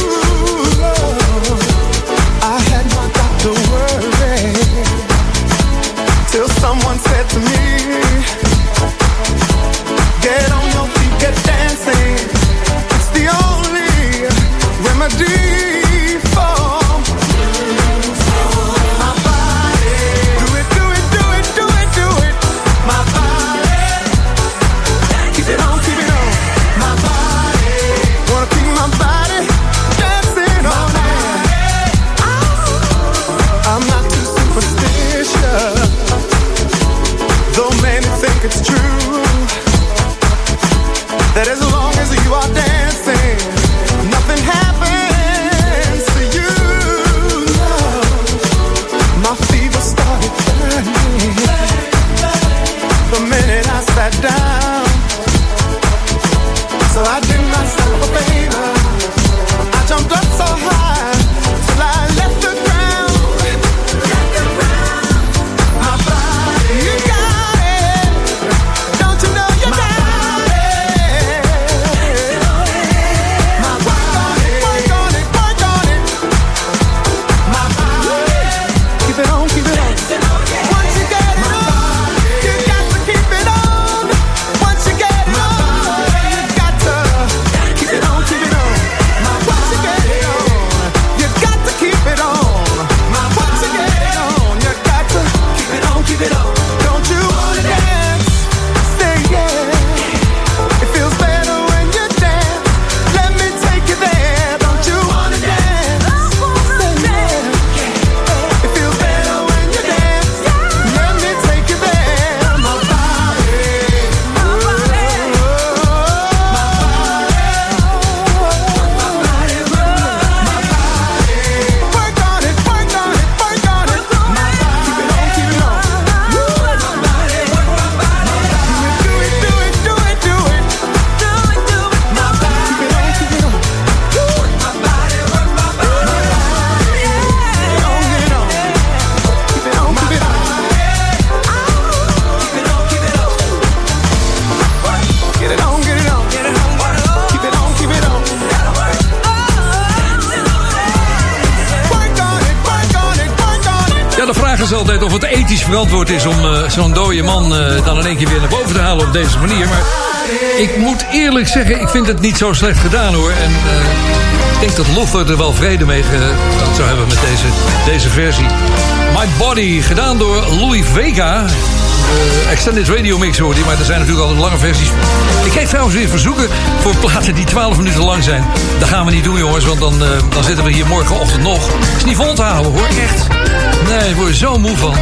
vragen ze altijd of het ethisch verantwoord is om uh, zo'n dode man uh, dan in één keer weer naar boven te halen op deze manier. Maar ik moet eerlijk zeggen, ik vind het niet zo slecht gedaan hoor. En uh, ik denk dat Luther er wel vrede mee gehad zou hebben met deze, deze versie. My Body, gedaan door Louis Vega. Uh, extended Radio Mix hoor die, maar er zijn natuurlijk al lange versies. Ik kreeg trouwens weer verzoeken voor platen die twaalf minuten lang zijn. Dat gaan we niet doen jongens, want dan, uh, dan zitten we hier morgenochtend nog. Is niet vol te houden hoor, echt. Nee, ik word er zo moe van.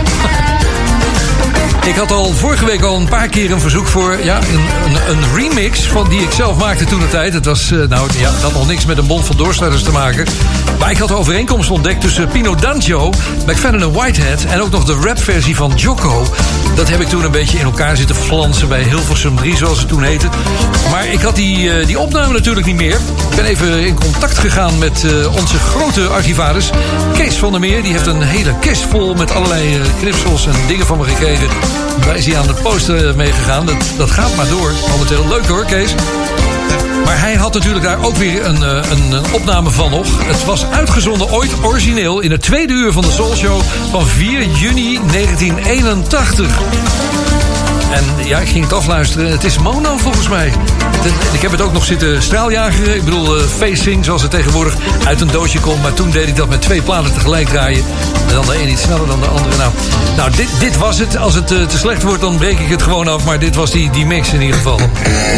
Ik had al vorige week al een paar keer een verzoek voor ja, een, een, een remix van die ik zelf maakte toen de tijd. Het was, uh, nou ja, dat had nog niks met een bond van doorstarters te maken. Maar ik had de overeenkomst ontdekt tussen Pino D'Angio, McFadden en Whitehead en ook nog de rapversie van Jocko. Dat heb ik toen een beetje in elkaar zitten flansen bij Hilversum drie, zoals het toen heette. Maar ik had die, uh, die opname natuurlijk niet meer. Ik ben even in contact gegaan met uh, onze grote archivaris, Kees van der Meer. Die heeft een hele kist vol met allerlei uh, knipsels en dingen van me gekregen. Daar is hij aan de poster meegegaan. Dat, dat gaat maar door. Momenteel leuk hoor, Kees. Maar hij had natuurlijk daar ook weer een, een, een opname van nog. Het was uitgezonden ooit origineel in het tweede uur van de Soul Show van vier juni negentien eenentachtig. En ja, ik ging het afluisteren. Het is mono volgens mij. Ik heb het ook nog zitten straaljagen. Ik bedoel, uh, facing zoals het tegenwoordig uit een doosje komt. Maar toen deed ik dat met twee platen tegelijk draaien. En dan de een iets sneller dan de andere. Nou, nou dit, dit was het. Als het uh, te slecht wordt, dan breek ik het gewoon af. Maar dit was die, die mix in ieder geval.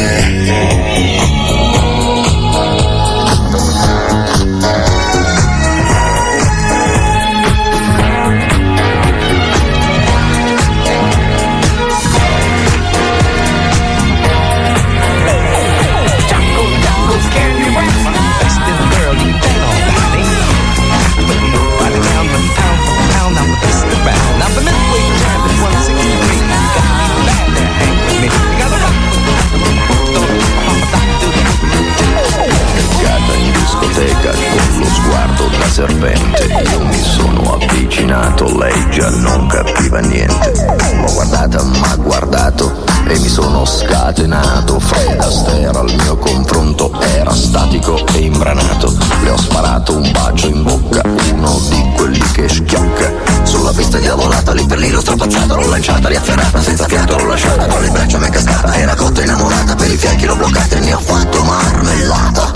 Serpente, io mi sono avvicinato, lei già non capiva niente. L'ho guardata, m'ha guardato e mi sono scatenato. Fred Astaire al mio confronto era statico e imbranato. Le ho sparato un bacio in bocca, uno di quelli che schiocca. Sulla pista diavolata, lì per lì l'ho strapazzata, l'ho lanciata, riafferrata, senza fiato l'ho lasciata. Con le braccia m'è cascata, era cotta innamorata, per i fianchi l'ho bloccata e ne ho fatto marmellata.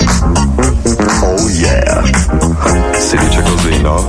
Oh yeah, si dice così, no?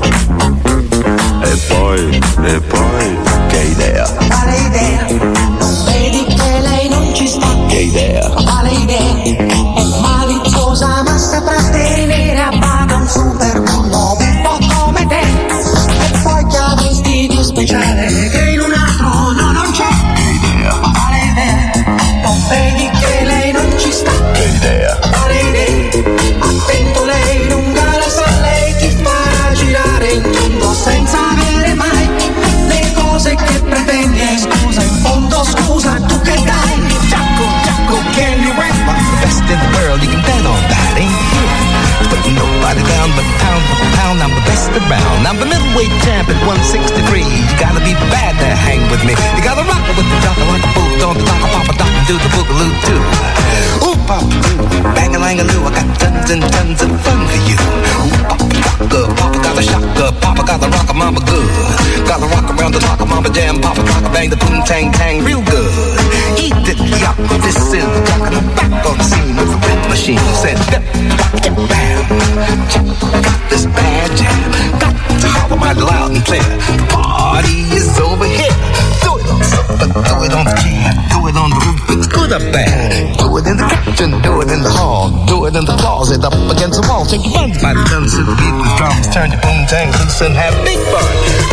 E poi, e poi, che idea? Quale idea? Non vedi che lei non ci sta? Che idea? Quale idea? È maliziosa ma saprà tenere a bada un superbullo un po' come te. E poi che avresti di speciale che in un altro no, non c'è? Che idea? Quale idea? Non vedi che lei non ci sta? Che idea? Quale idea? Attento lei lunga la sa, lei ti farà girare in tondo senza avere mai le cose che pretendi. E scusa, in fondo scusa, tu che dai? Giacco, Giacco, can you rap? I'm the best in the world, you can bet on that, ain't you? Putting nobody down but pound for pound, I'm the best around. I'm the middleweight champ at one sixty-three. You gotta be bad to hang with me. You gotta rock it with the jock like a boot on the dock, pop a dock and do the boogaloo too. Ooh, pop, bang-a-lang-a-loo, I got tons and tons of fun for you. Ooh, papa, doctor, papa got a shocker, papa got the rocker, mama good. Gotta rock around the clock, mama jam, papa rock, bang the boom, tang, tang, real good. Eat it, yuck, this is Jock and I'm back on the scene with the rhythm machine. Said, bip, bop, bam, got this bad jam, got to holler mighty loud and clear. The party is over here. Do it on the sofa, do it on the chair, do it on the roof, it's good or bad. Do it in the kitchen, do it in the hall, do it in the closet, up against the wall. Take your buns by the guns to the beat with drums, turn your boom tang loose and have big fun.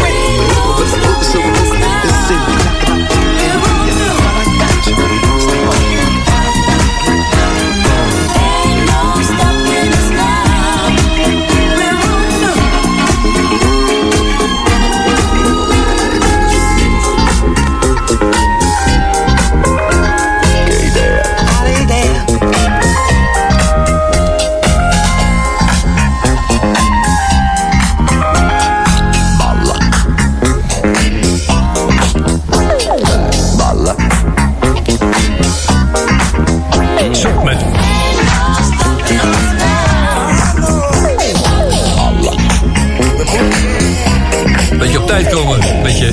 This is met je.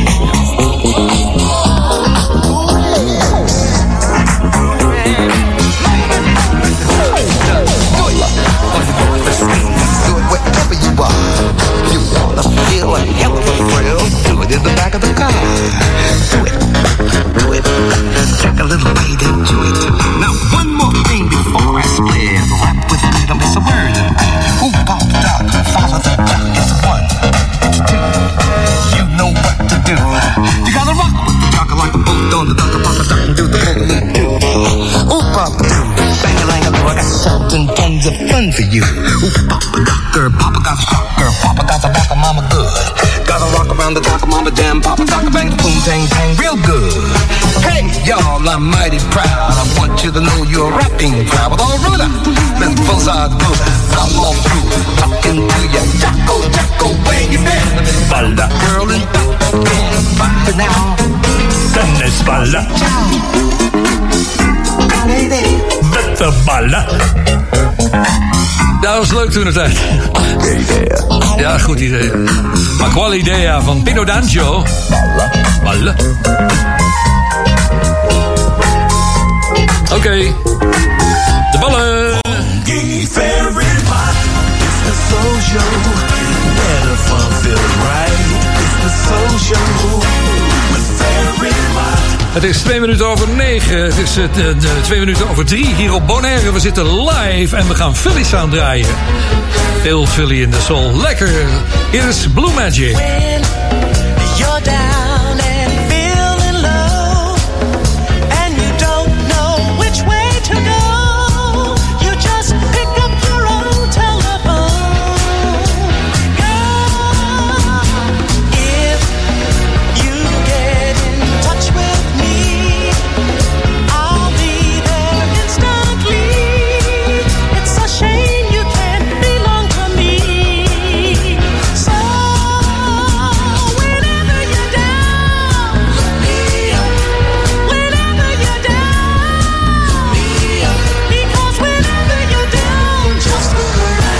Wherever you are, you wanna feel a hell of a thrill. Do it in the back of the car. Do it, do it. Take a little bite into it. Now one more thing before I split. Rap with me, don't miss a word. Ooh, pop, dog, follow the duck. It's one, it's two. You know what to do. You gotta rock with the jock like a boat on the duck, pop a duck and do the boogaloo do. Ooh, pop, do. Bang a lang a I got something tons of fun for you. Ooh, papa docker, papa got a shocker, papa got a rocker, mama good. Gotta rock around the docker, mama jam, papa docker, bang, boom, tang, tang, real good. Hey, y'all, I'm mighty proud. I want you to know you're a rapping crowd. With all ruler, let's both sides good. I'm all through, talking to ya. Jacko, Jacko, where you been? Balda, girl in been by now. Dennis Balda. Vette ballen. Ja, dat was leuk toen de tijd. Ja, goed idee. Maar qual idea van Pino D'Angio. Ballen. Oké. Okay. De ballen. The soul show, where the fun feels right. It's the soul show with Ferry Mott. Het is twee minuten over negen. Het is uh, de, de, twee minuten over drie hier op Bonaire. We zitten live en we gaan Philly Sound draaien. Veel Philly in de soul. Lekker. Hier is Blue Magic. When you're down and feeling low, and you don't know which way to go, you just pick up your own telephone. Girl, if you get in touch with me, I'll be there instantly. It's a shame you can't belong to me. So whenever you're down, look me up. Whenever you're down, look me up. Because whenever you're down, just look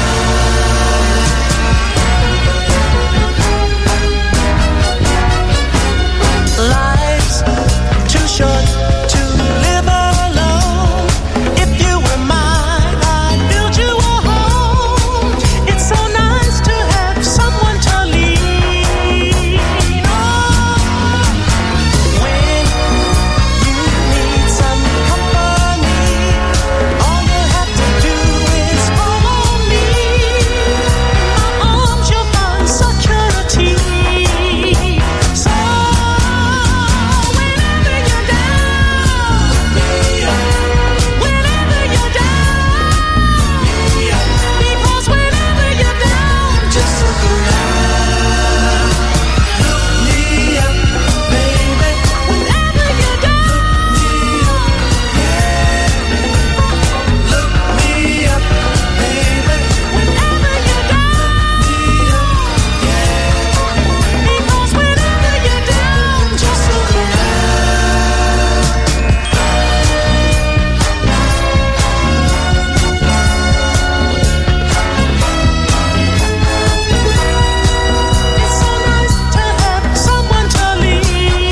around. Life's too short to live alone. If you were mine, I'd build you a home. It's so nice to have someone to lean on. When you need some company, all you have to do is follow me. In my arms you'll find security. So whenever you're down, whenever you're down, because whenever you're down, just look around. Look me up, baby. Whenever you're down, yeah. Look me up, baby. Whenever you're down, yeah. Because whenever you're down, just look around. It's so nice to have someone to lean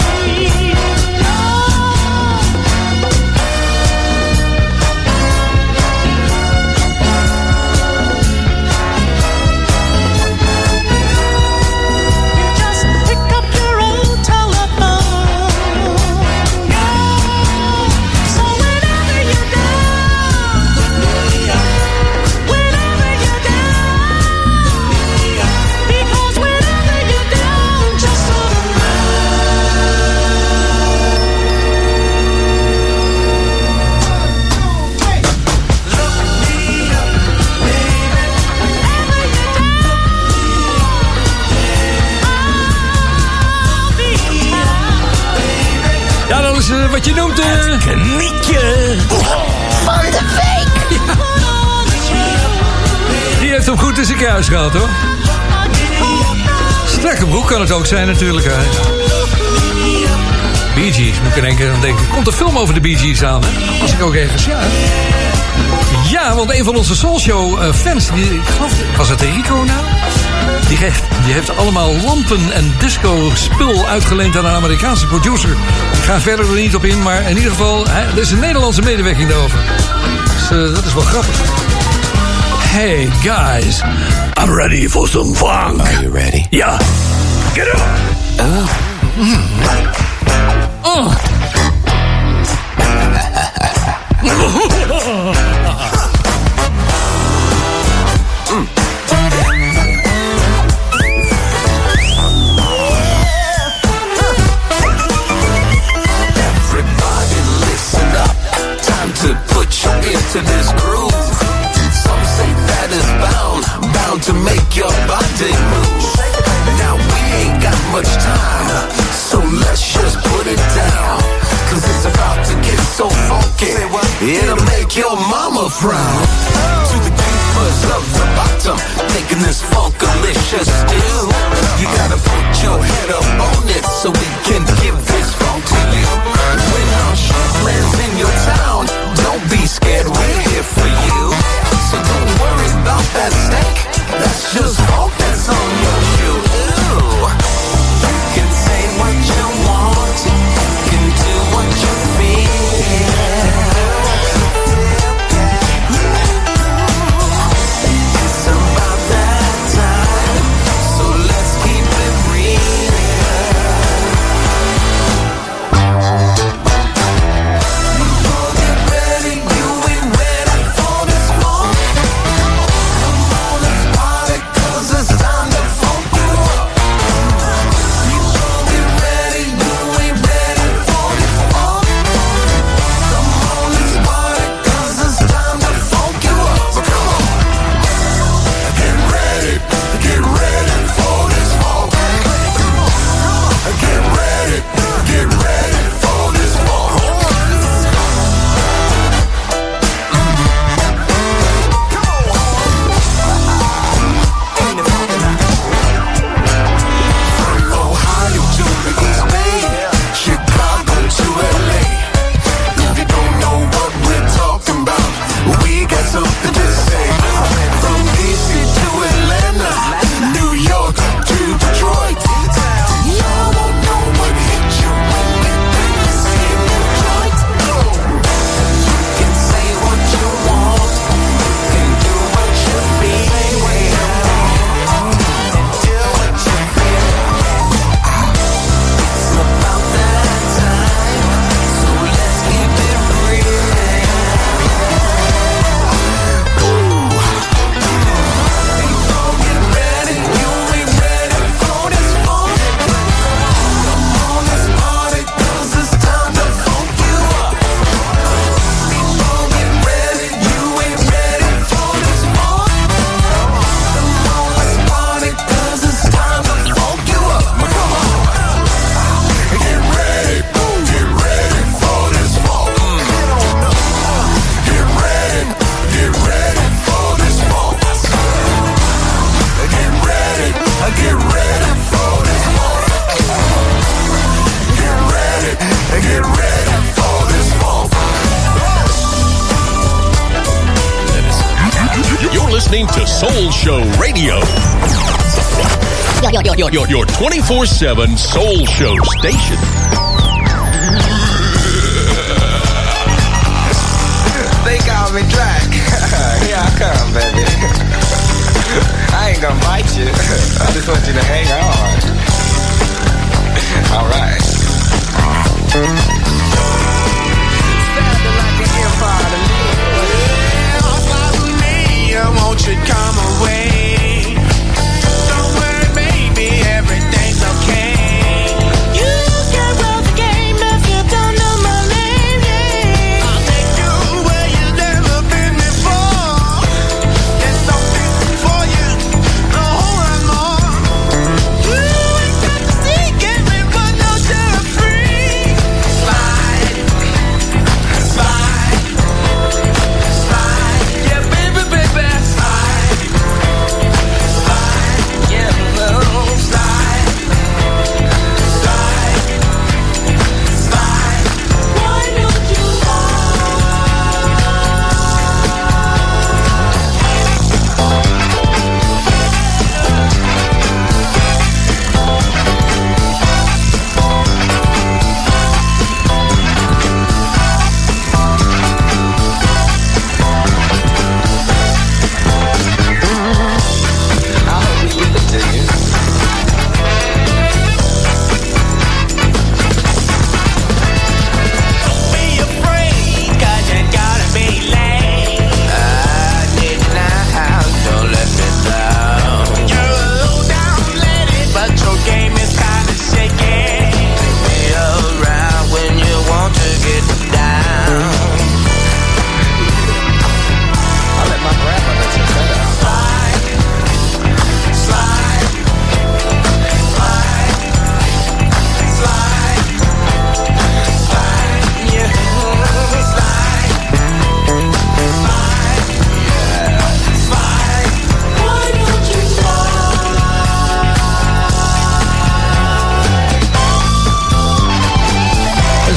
on. You just pick up your own telephone. So whenever you're down, whenever you're down, because whenever you're down, just look Ja, dat is uh, wat je noemt... Uh... Knietje van de week. Die heeft hem goed in zijn kruis gehad, hoor. Strakke broek kan het ook zijn, natuurlijk. Hè. Bee Gees, moet ik in één keer aan denken. Komt een film over de Bee Gees aan, hè? Was ik ook ergens, ja. Ja, want een van onze Soulshow uh, fans, die, ik geloof, was het Rico nou? Die, die heeft allemaal lampen en disco spul uitgeleend aan een Amerikaanse producer. Ik ga verder er niet op in, maar in ieder geval, hè, er is een Nederlandse medewerking daarover. Dus uh, dat is wel grappig. Hey guys, I'm ready for some funk. Are you ready? Ja. Get up. Oh. Mm. Oh. To this groove, some say that is bound, bound to make your body move. Now we ain't got much time, so let's just put it down, cause it's about to get so funky, it'll make your mama frown. To the keepers of the bottom, taking this funkalicious stew, you gotta put your head up on it so we can give this funk to you. When our shit lands in your town, don't be scared, we're here for you. So don't worry about that stank, that's just funk that's on your shoe. Ooh. You can say what you want, you can do what you feel. It's about that time, so let's keep it real. Listening to Soul Show Radio. Your, your, your, your twenty-four seven Soul Show station. They call me Drac. Here I come, baby. I ain't gonna bite you. I just want you to hang on. All right. Sounding like an empire to me. Won't you come away? Don't worry, baby, everything's okay. You can roll the game if you don't know my name, yeah. I'll take you where you've never been before. There's something for you, a whole lot more. You ain't got to seek everyone knows you're free. Slide, slide, slide, yeah, baby, baby.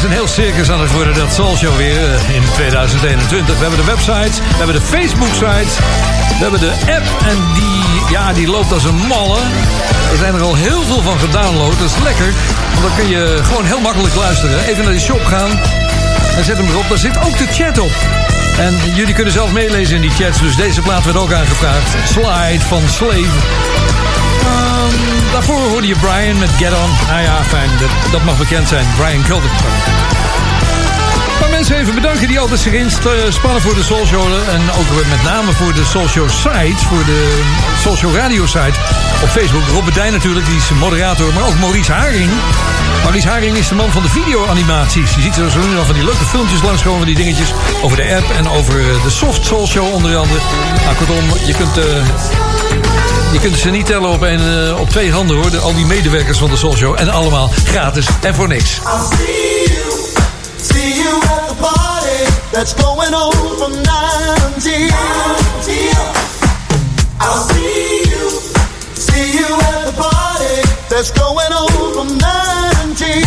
een heel circus aan het worden, dat Soul Show weer in tweeduizend eenentwintig. We hebben de website, we hebben de Facebook-site, we hebben de app en die, ja, die loopt als een malle. Er zijn er al heel veel van gedownload, dat is lekker. Want dan kun je gewoon heel makkelijk luisteren. Even naar die shop gaan en zet hem erop. Daar zit ook de chat op. En jullie kunnen zelf meelezen in die chats, dus deze plaat werd ook aangevraagd. Slide van Slave. Um, daarvoor hoorde je Brian met Get On. Nou ja, fijn, dat, dat mag bekend zijn. Brian Culverton. Maar mensen even bedanken die altijd zich inspannen voor de Soul Show. En ook met name voor de Soul Show site, voor de Soul Show radio site op Facebook. Robert Dijn natuurlijk, die is moderator, maar ook Maurice Haring. Maurice Haring is de man van de video-animaties. Je ziet er zo nu nog van die leuke filmpjes langskomen, die dingetjes over de app en over de Soft Soul Show onder andere. Nou, kortom, je kunt... Uh, Je kunt ze niet tellen op, een, uh, op twee handen hoor. De, al die medewerkers van de Soul Show. En allemaal gratis en voor niks. I'll see you, see you at the party that's going on from nine until. I'll see you, see you at the party that's going on from nine until.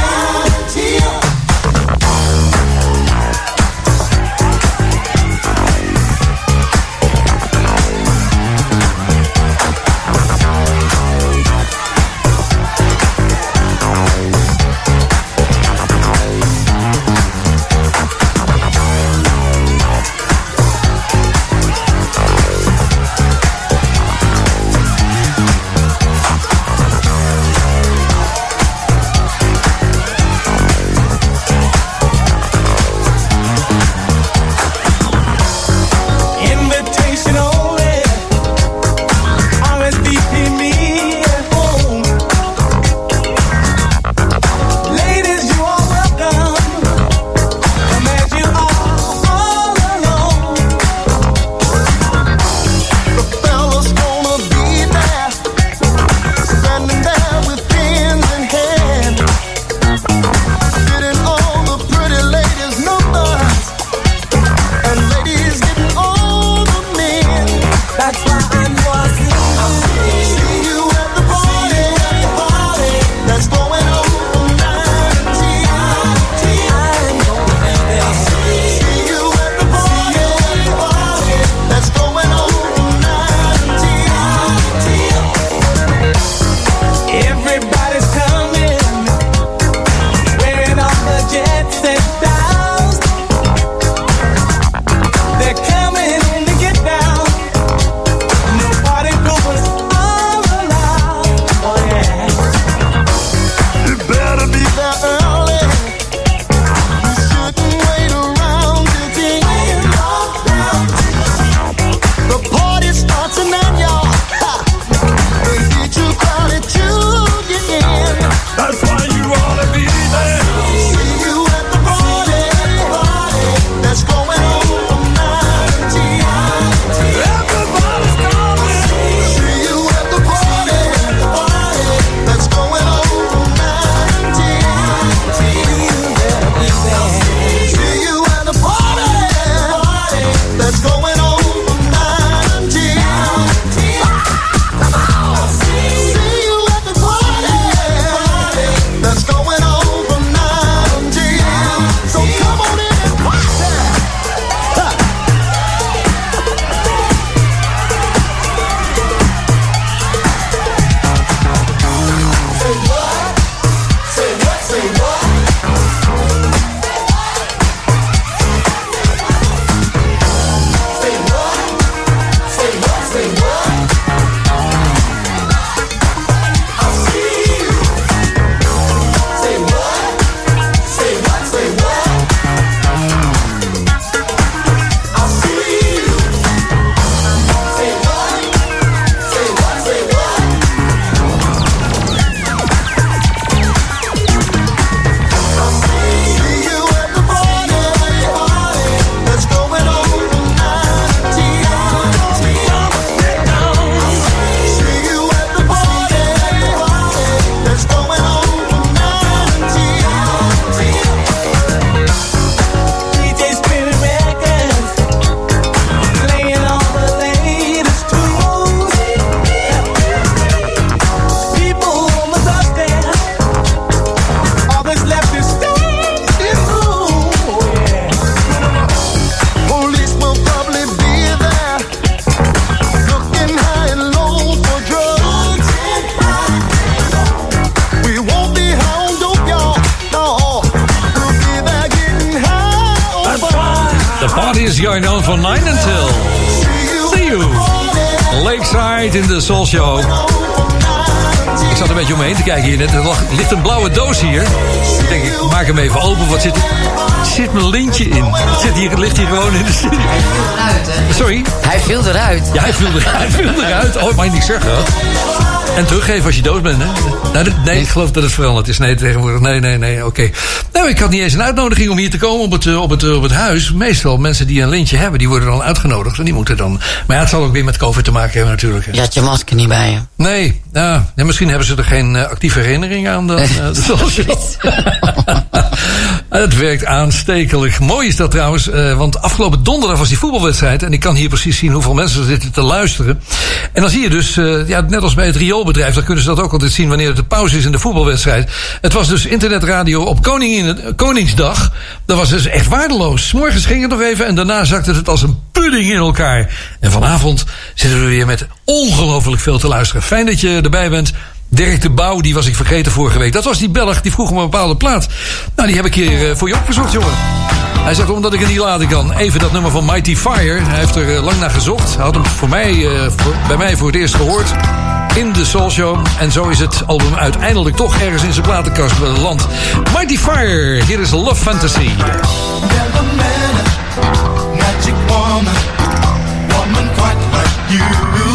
is going on from nine until. See you. Lakeside in de Soul Show. Ik zat een beetje omheen te kijken hier net. Er ligt een blauwe doos hier. Ik denk, ik maak hem even open. Wat zit er? Er zit mijn lintje in. Het, zit hier, het ligt hier gewoon in de studio. Sorry? Hij viel eruit. Ja, hij viel, er, hij viel eruit. Oh, mag je niet zeggen. En teruggeven als je dood bent, hè? Nou, nee, ik geloof dat het veranderd is. Nee, tegenwoordig. Nee, nee, nee, oké. Okay. Nou, ik had niet eens een uitnodiging om hier te komen op het, op het, op het huis. Meestal mensen die een lintje hebben, die worden dan uitgenodigd. En die moeten dan... Maar ja, het zal ook weer met COVID te maken hebben natuurlijk. Je had je masker niet bij je. Nee, nou, ja, misschien hebben ze er geen uh, actieve herinnering aan. Dan, uh, het werkt aanstekelijk. Mooi is dat trouwens, uh, want afgelopen donderdag was die voetbalwedstrijd. En ik kan hier precies zien hoeveel mensen er zitten te luisteren. En dan zie je dus, uh, ja, net als bij het rioolbedrijf, dan kunnen ze dat ook altijd zien wanneer het de pauze is in de voetbalwedstrijd. Het was dus internetradio op Koningin, Koningsdag. Dat was dus echt waardeloos. 's Morgens ging het nog even en daarna zakte het als een pudding in elkaar. En vanavond zitten we weer met ongelooflijk veel te luisteren. Fijn dat je erbij bent. Dirk de Bouw, die was ik vergeten vorige week. Dat was die Belg, die vroeg om een bepaalde plaat. Nou, die heb ik hier uh, voor je opgezocht, jongen. Hij zegt, omdat ik het niet laten kan. Even dat nummer van Mighty Fire. Hij heeft er uh, lang naar gezocht. Hij had hem voor mij, uh, voor, bij mij voor het eerst gehoord. In de Soul Show. En zo is het album uiteindelijk toch ergens in zijn platenkast beland. Mighty Fire, hier is Love Fantasy. Never met a magic woman, woman quite like you.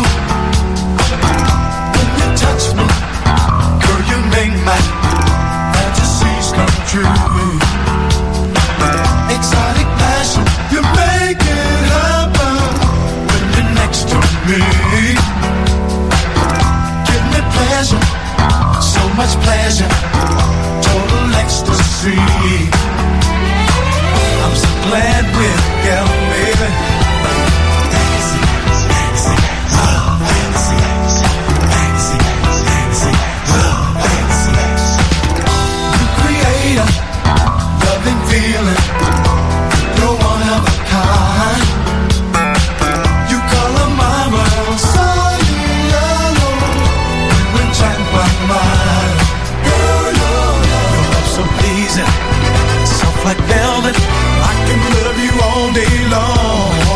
When you touch me, girl, you make my fantasies come true. Exotic passion, you make it happen when you're next to me. Give me pleasure, so much pleasure, total ecstasy. I'm so glad we're together, baby. Fantasy, fantasy, love, fantasy, fantasy, fantasy, love, fantasy. You create a loving feeling. You're one of a kind. You color my world so yellow. You enchant my mind. Girl, your love so pleasing, soft like velvet. I can love you all day long.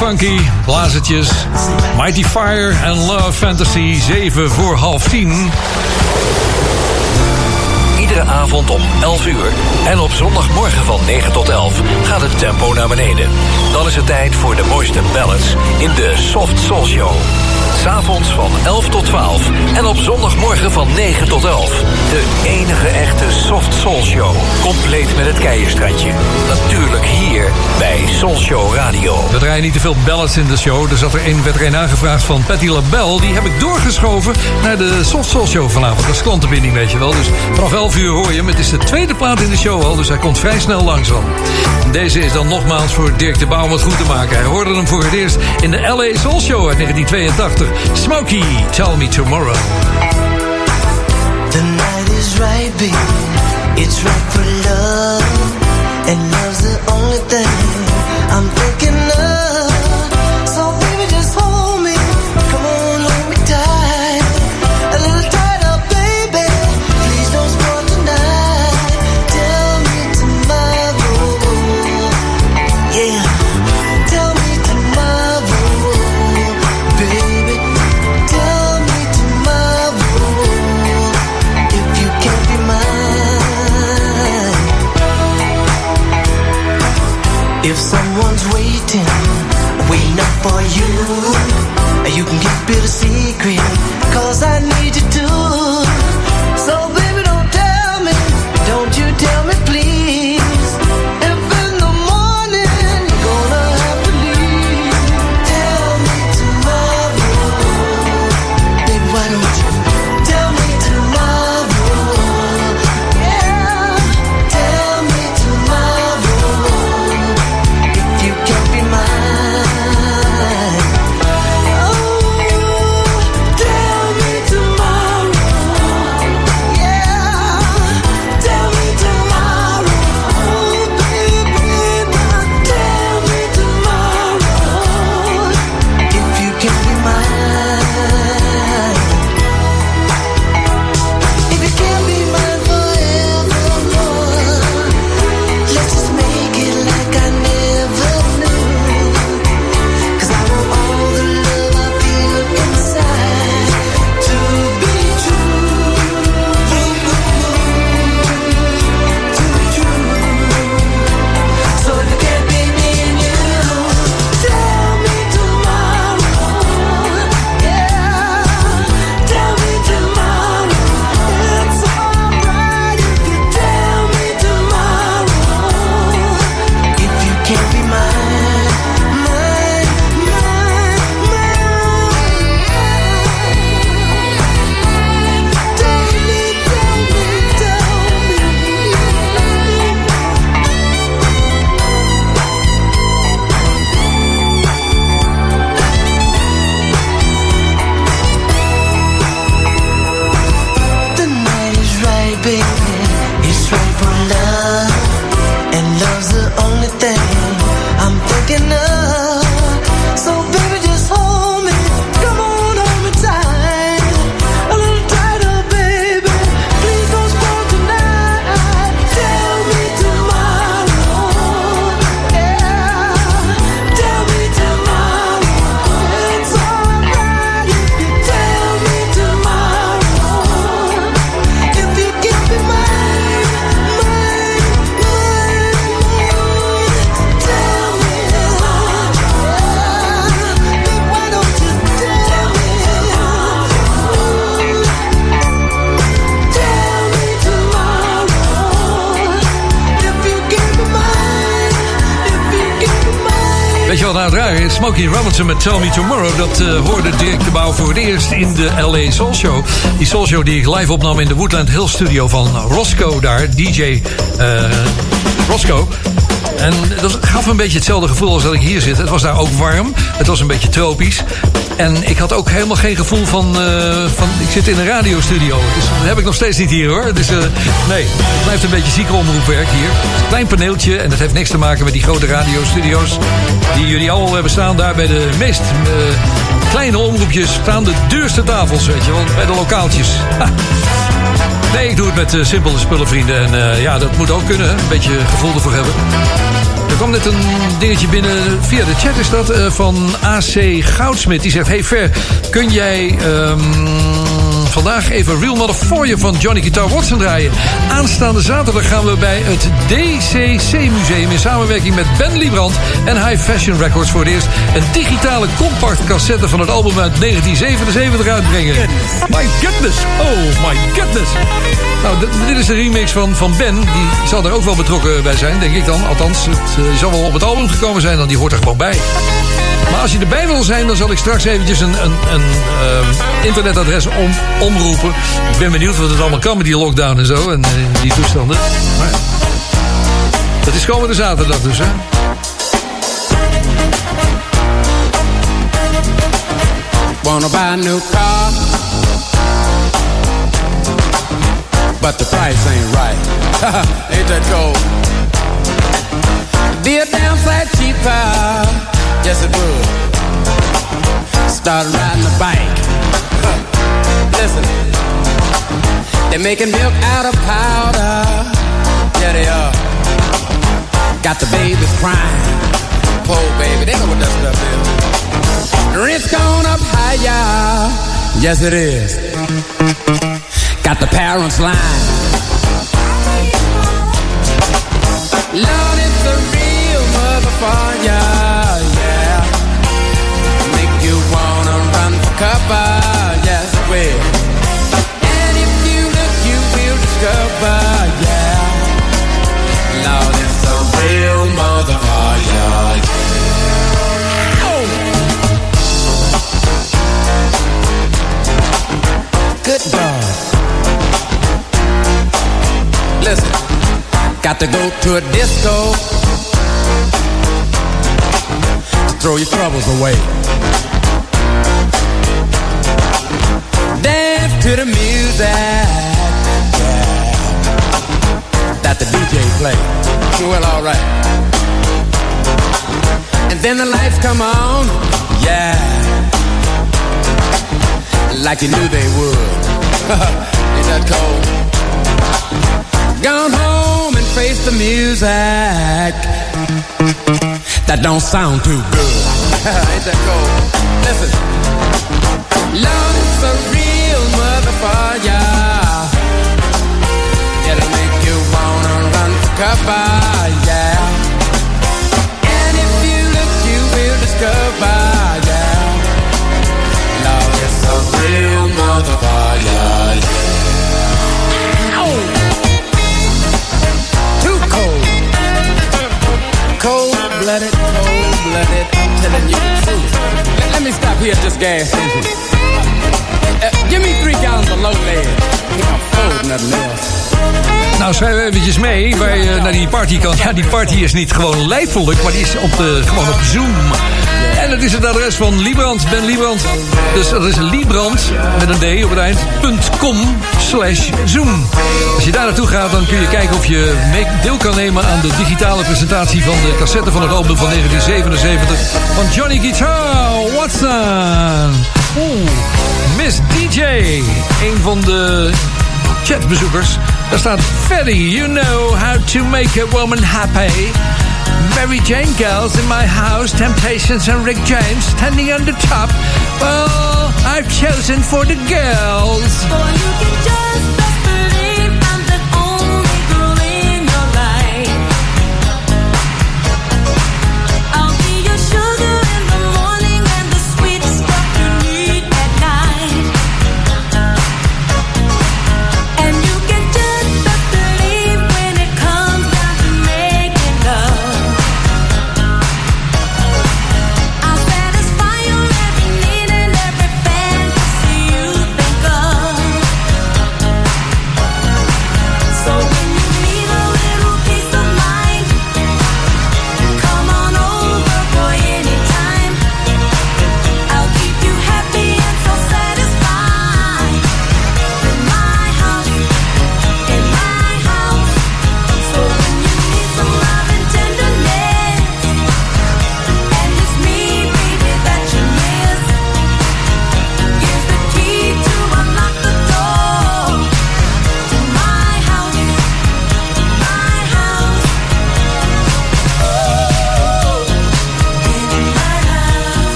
funky, blazertjes. Mighty Fire and Love Fantasy, zeven voor half tien. Iedere avond om elf uur en op zondagmorgen van negen tot elf gaat het tempo naar beneden. Dan is het tijd voor de mooiste ballads in de Soft Soul Show. 'S Avonds van elf tot twaalf en op zondagmorgen van negen tot elf. De enige echte Soft Soul Show. Compleet met het Keienstrandje. Natuurlijk hier bij Soul Show Radio. We draaien niet te veel ballads in de show. Er zat er een, werd er een aangevraagd van Patti LaBelle. Die heb ik doorgeschoven naar de Soft Soul Show vanavond. Dat is klantenbinding, weet je wel. Dus vanaf elf uur hoor je hem. Het is de tweede plaat in de show al, dus hij komt vrij snel langs al. Deze is dan nogmaals voor Dirk de Bouw om het goed te maken. Hij hoorde hem voor het eerst in de L A Soul Show uit negentien tweeëntachtig. Smokey, Tell Me Tomorrow. The night is right, baby. It's right for love. And love's the only thing I'm thinking of. So baby, just hold me. Come on, hold me tight. A little tighter, baby. Please don't spoil tonight. Tell me tomorrow. Yeah. Tell me tomorrow, baby. Tell me tomorrow if you can't be mine. If someone's waiting, waiting up for you, you can keep it a secret, 'cause I need you to. So baby, don't tell me, don't you tell me please. If in the morning you're gonna have to leave, tell me tomorrow. Baby, why don't you tell me tomorrow? Yeah, tell me tomorrow if you can't be mine. Oh, tell me tomorrow. Yeah, tell me tomorrow, baby. Tell me tomorrow if you can't be mine. If you can't be mine forevermore, let's just make it like I never knew. 'Cause I want all the love I feel inside to be true. To be true. So if you can't be me and you, tell me tomorrow. Yeah, tell me tomorrow. It's alright if you tell me tomorrow. If you can't be mine, mine, mine, mine. Tell me, tell me, tell me. The night is right, baby. It's right for love. And love's the only thing I'm thinking of. So baby, just hold me. Come on, hold me tight. A little tighter, baby. Please don't spoil tonight. Tell me tomorrow. Yeah, tell me tomorrow. It's alright if you tell me tomorrow. If you give me mine, mine, mine, mine. Tell me tomorrow. Baby, why don't you tell me? Tell me tomorrow. If you give me mine, if you give me mine. Weet je wat nou het raar is? Smokey Robinson met Tell Me Tomorrow. Dat uh, hoorde Dirk de Bouw voor het eerst in de L A Soul Show. Die Soul Show die ik live opnam in de Woodland Hill studio van Roscoe daar. D J uh, Roscoe. En dat gaf een beetje hetzelfde gevoel als dat ik hier zit. Het was daar ook warm. Het was een beetje tropisch. En ik had ook helemaal geen gevoel van... Uh, van ik zit in een radiostudio. Dus dat heb ik nog steeds niet hier, hoor. Dus, uh, nee, het blijft een beetje zieke omroepwerk hier. Een klein paneeltje. En dat heeft niks te maken met die grote radiostudio's... die jullie allemaal hebben staan daar bij de meest... Uh, kleine omroepjes staan de duurste tafels, weet je wel. Bij de lokaaltjes. Ha. Nee, ik doe het met uh, simpele spullen, vrienden. En uh, ja, dat moet ook kunnen, hè? Een beetje gevoel ervoor hebben. Er kwam net een dingetje binnen, via de chat is dat, uh, van A C Goudsmit. Die zegt, hey Fer, kun jij um, vandaag even Real Motherfucker van Johnny Guitar Watson draaien? Aanstaande zaterdag gaan we bij het D C C Museum in samenwerking met Ben Liebrand en High Fashion Records voor het eerst een digitale compact cassette van het album uit negentien zevenenzeventig uitbrengen. My goodness, oh my goodness. Nou, d- dit is de remix van, van Ben. Die zal er ook wel betrokken bij zijn, denk ik dan. Althans, het uh, zal wel op het album gekomen zijn, dan die hoort er gewoon bij. Maar als je erbij wil zijn, dan zal ik straks eventjes een, een, een uh, internetadres om, omroepen. Ik ben benieuwd wat het allemaal kan met die lockdown en zo. En uh, die toestanden. Maar dat is komende zaterdag dus, hè. Wanna buy a new car, but the price ain't right. Ain't that cold? Be a damn sight cheaper. Yes, it would. Start riding a bike. Listen, they're making milk out of powder. Yeah, they are. Got the babies crying. Poor baby, they know what that stuff is. The rent's gone up higher. Yes, it is. Got the parents lying. Lord, it's a real motherfucker, yeah. Make you wanna run for cover, yes it will. And if you look, you will discover, yeah. Lord, it's a real motherfucker, oh. Good God. Listen. Got to go to a disco to throw your troubles away. Dance to the music, yeah, that the D J play. Well, all right. And then the lights come on, yeah, like you knew they would. Ain't that cold? Gone home and face the music that don't sound too good. Ain't that cold? Listen, Lord, it's a real motherfucker. It'll make you wanna run for cover, yeah. And if you look, you will discover, yeah. Lord, it's a real motherfucker. Ow! Cold-blooded, cold-blooded, I'm telling you the truth. Let, let me stop here at this gas station. Uh, uh, give me three gallons of low lead. I can't afford nothing else. Nou, schrijf eventjes mee waar je naar die party kan. Ja, die party is niet gewoon lijfelijk, maar die is op de, gewoon op Zoom. En dat is het adres van Liebrand, Ben Liebrand. Dus dat is Liebrand, met een D op het eind, .com slash Zoom. Als je daar naartoe gaat, dan kun je kijken of je deel kan nemen aan de digitale presentatie van de cassette van het album van negentien zevenenzeventig van Johnny Guitar Watson. Oeh, Miss D J, een van de chatbezoekers. Daar staat Freddy, you know how to make a woman happy. Mary Jane girls in my house, Temptations and Rick James standing on the top. Well, I've chosen for the girls. Boy, you can just best believe I'm the only girl in your life. I'll be your sugar in the morning and the sweet stuff you need at night. And you can just best believe when it comes down to making love, I'll satisfy your every need and every fantasy you think of.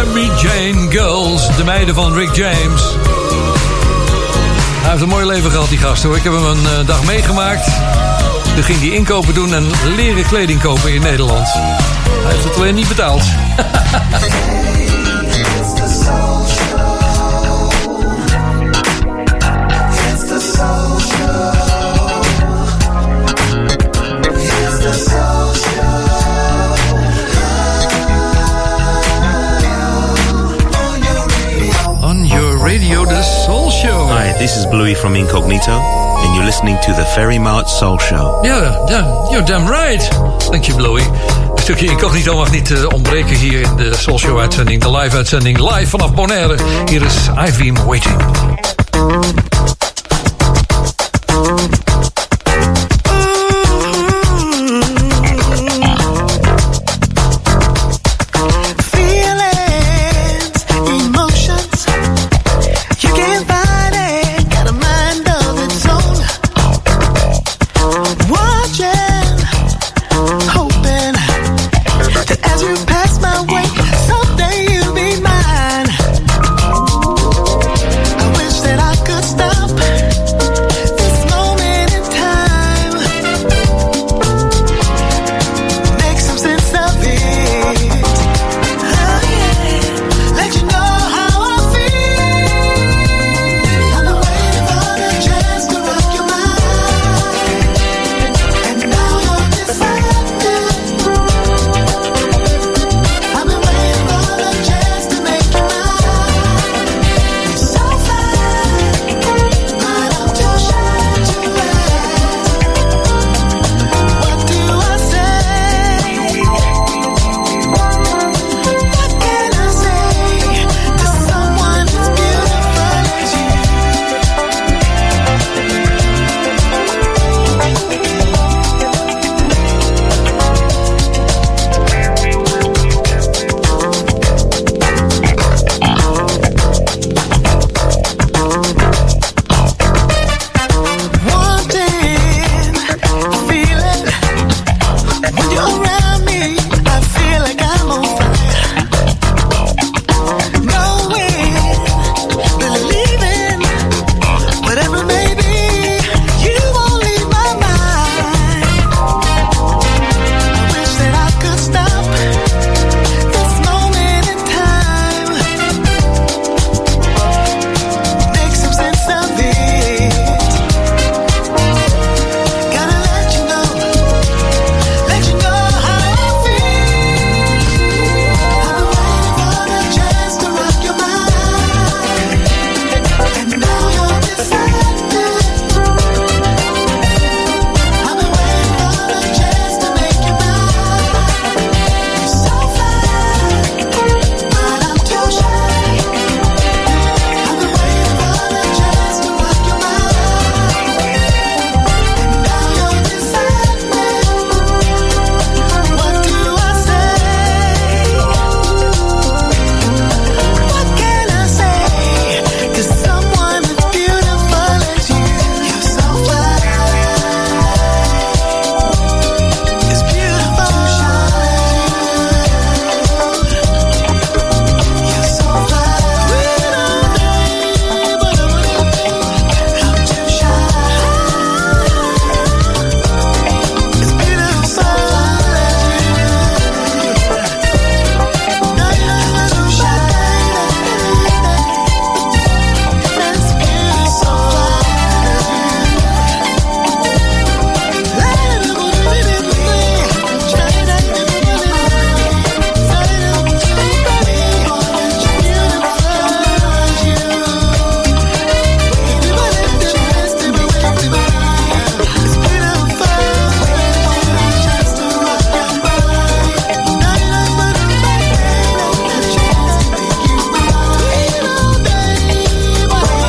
Mary Jane Girls. De meiden van Rick James. Hij heeft een mooi leven gehad, die gast hoor. Ik heb hem een uh, dag meegemaakt. Toen ging hij inkopen doen en leren kleding kopen in Nederland. Hij heeft het alleen niet betaald. Radio, the Soul Show. Hi, this is Bluey from Incognito, and you're listening to the Ferry Mart Soul Show. Ja, yeah, you're damn right. Dank je, Bluey. Een stukje Incognito mag niet uh, ontbreken hier in de Soul Show uitzending. De live uitzending, live vanaf Bonaire. Hier is I've Been Waiting.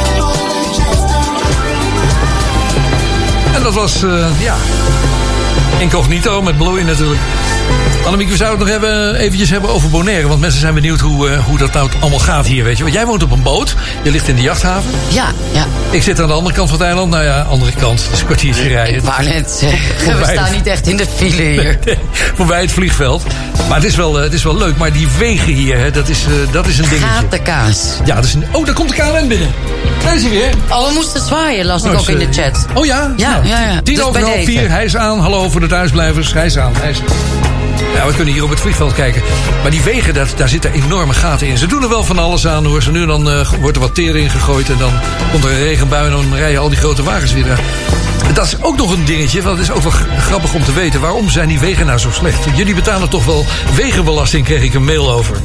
was, uh, ja, Incognito met Bluey natuurlijk. Annemiek, we zouden het nog hebben, eventjes hebben over Bonaire. Want mensen zijn benieuwd hoe, uh, hoe dat nou allemaal gaat hier, weet je. Want jij woont op een boot. Je ligt in de jachthaven. Ja, ja. Ik zit aan de andere kant van het eiland. Nou ja, andere kant. Het is een kwartiertje rijden. Ik wou net zeggen, we staan niet echt in de file hier. Nee, voorbij het vliegveld. Maar het is wel, uh, het is wel leuk. Maar die wegen hier, hè, dat, is, uh, dat is een dingetje. Gatenkaas. Ja, dat is een... Oh, daar komt de K L M binnen. Daar is hij weer. Oh, we moesten zwaaien, las ik oh, ook in de chat. Oh ja? Ja, nou, ja, ja. Tien dus over half vier, hij is aan. Hallo voor de thuisblijvers, hij is aan. Hij is... Ja, we kunnen hier op het vliegveld kijken. Maar die wegen, dat, daar zitten enorme gaten in. Ze doen er wel van alles aan, hoor. Ze nu dan uh, wordt er wat teren in gegooid en dan komt er een regenbui en dan rijden al die grote wagens weer. Uh. Dat is ook nog een dingetje, want het is ook wel grappig om te weten. Waarom zijn die wegen nou zo slecht? Jullie betalen toch wel wegenbelasting, kreeg ik een mail over.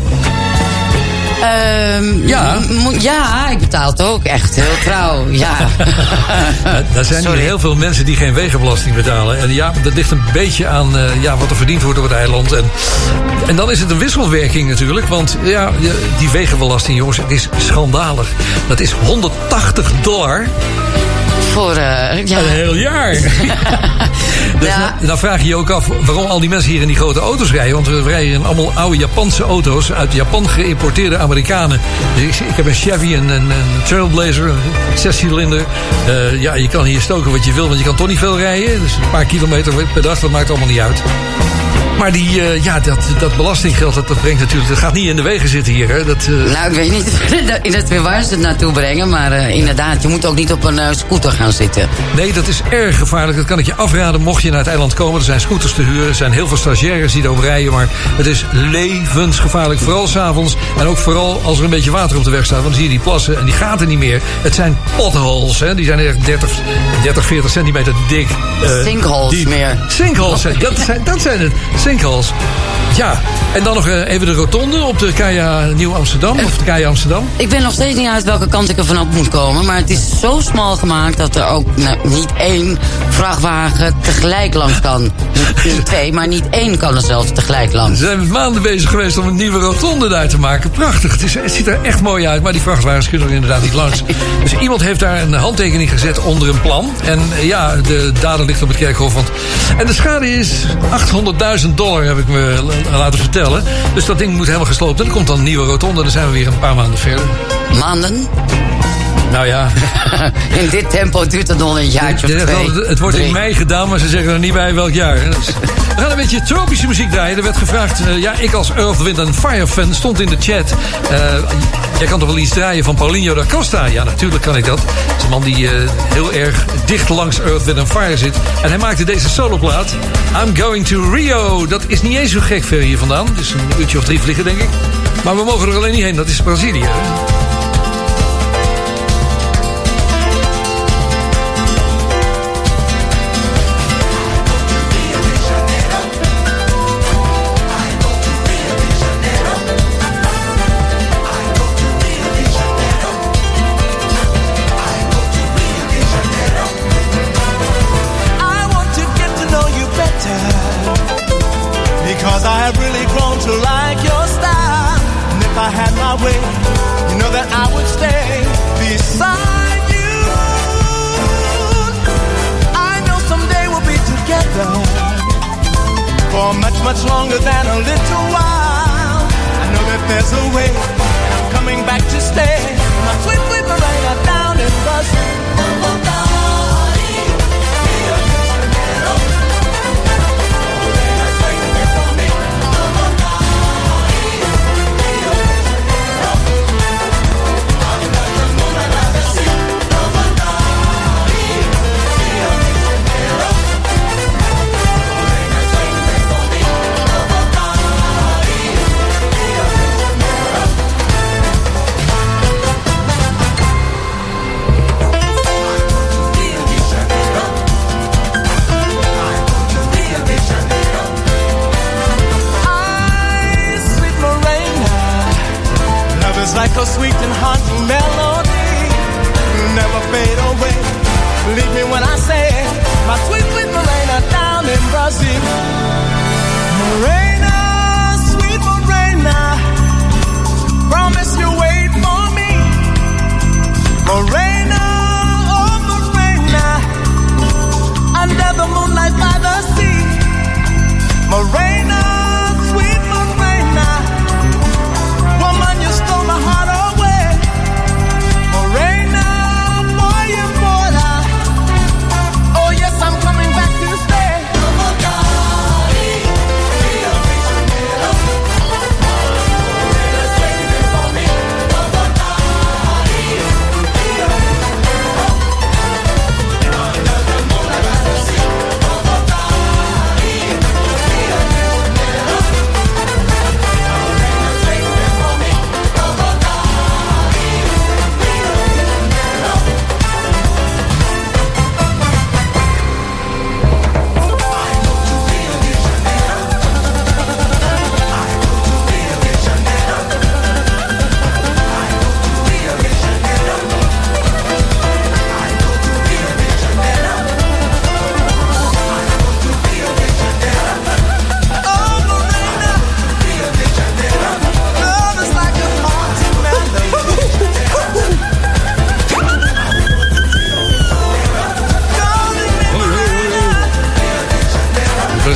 Um, ja. ja, ik betaal het ook echt heel trouw. Ja. Er zijn hier heel veel mensen die geen wegenbelasting betalen. En ja, dat ligt een beetje aan uh, ja, wat er verdiend wordt op het eiland. En, en dan is het een wisselwerking natuurlijk. Want ja, die wegenbelasting, jongens, het is schandalig. Dat is honderdtachtig dollar. Voor uh, ja. een heel jaar. Dus ja. dan, dan vraag je je ook af waarom al die mensen hier in die grote auto's rijden. Want we rijden in allemaal oude Japanse auto's. Uit Japan geïmporteerde Amerikanen. Dus ik, ik heb een Chevy, een, een, een Trailblazer, een zescilinder. Uh, ja, je kan hier stoken wat je wil, want je kan toch niet veel rijden. Dus een paar kilometer per dag, dat maakt allemaal niet uit. Maar die, uh, ja, dat, dat belastinggeld, dat, dat brengt natuurlijk... Dat gaat niet in de wegen zitten hier, hè? Dat, uh... Nou, ik weet niet in het weer waar ze het naartoe brengen. Maar uh, inderdaad, je moet ook niet op een uh, scooter gaan zitten. Nee, dat is erg gevaarlijk. Dat kan ik je afraden mocht je naar het eiland komen. Er zijn scooters te huren. Er zijn heel veel stagiaires die erop rijden. Maar het is levensgevaarlijk. Vooral 's avonds. En ook vooral als er een beetje water op de weg staat. Want dan zie je die plassen en die gaten niet meer. Het zijn potholes, hè? Die zijn echt dertig, veertig centimeter dik. Uh, Sinkholes die, meer. Sinkholes, dat zijn, dat zijn het. Sinkholes. Ja, en dan nog uh, even de rotonde op de Kaya Nieuw Amsterdam. Of de Kaya Amsterdam. Ik ben nog steeds niet uit welke kant ik er vanaf moet komen. Maar het is zo smal gemaakt dat er ook nou, niet één vrachtwagen tegelijk langs kan. Niet, niet twee, maar niet één kan er zelfs tegelijk langs. Ze zijn met maanden bezig geweest om een nieuwe rotonde daar te maken. Prachtig. Het, is, het ziet er echt mooi uit. Maar die vrachtwagens kunnen er inderdaad niet langs. Dus iemand heeft daar een handtekening gezet onder een plan. En uh, ja, de dader ligt op het kerkhof. Want... En de schade is achthonderdduizend dollar, heb ik me laten vertellen. Dus dat ding moet helemaal gesloopt. En er komt dan een nieuwe rotonde. Dan zijn we weer een paar maanden verder. Maanden? Nou ja. In dit tempo duurt het nog een jaartje of twee. Het, het wordt drie. in mei gedaan, maar ze zeggen er niet bij welk jaar. Dus we gaan een beetje tropische muziek draaien. Er werd gevraagd, uh, ja, ik als Earth, Wind and Fire fan stond in de chat. Uh, jij kan toch wel iets draaien van Paulinho da Costa? Ja, natuurlijk kan ik dat. Dat is een man die uh, heel erg dicht langs Earth, Wind and Fire zit. En hij maakte deze soloplaat. I'm Going to Rio. Dat is niet eens zo gek ver hier vandaan. Het is een uurtje of drie vliegen, denk ik. Maar we mogen er alleen niet heen. Dat is Brazilië. Much longer than a little while. I know that there's a way, and I'm coming back to stay. My sweet, sweet Lorena down in Brazil.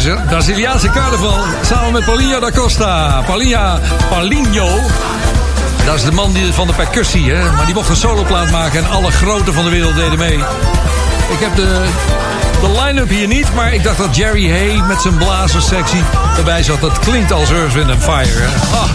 Brazil- Braziliaanse carnaval. Samen met Paulinho da Costa. Paulinho, Paulinho. Dat is de man die, van de percussie, hè. Maar die mocht een soloplaat maken en alle groten van de wereld deden mee. Ik heb de, de line-up hier niet, maar ik dacht dat Jerry Hay met zijn blazerssectie erbij zat. Dat klinkt als Earth, Wind and Fire, hè. Ah.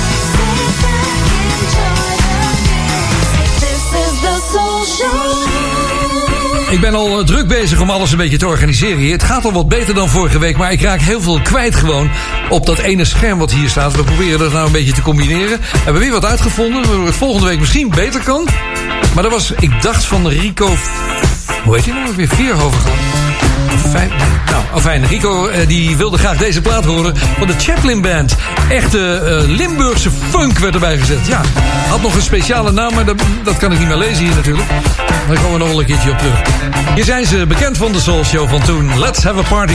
Ik ben al uh, druk bezig om alles een beetje te organiseren hier. Het gaat al wat beter dan vorige week, maar ik raak heel veel kwijt gewoon op dat ene scherm wat hier staat. We proberen dat nou een beetje te combineren. We hebben weer wat uitgevonden, waardoor het volgende week misschien beter kan. Maar dat was, ik dacht van Rico... Hoe heet hij nou? Weer Veerhoven gehad. Fijn, nou, afijn, Rico uh, die wilde graag deze plaat horen van de Chaplin Band. Echte uh, Limburgse funk werd erbij gezet. Ja, had nog een speciale naam, maar dat, dat kan ik niet meer lezen hier natuurlijk. Daar komen we nog wel een keertje op terug. Hier zijn ze bekend van de Soul Show van toen. Let's have a party.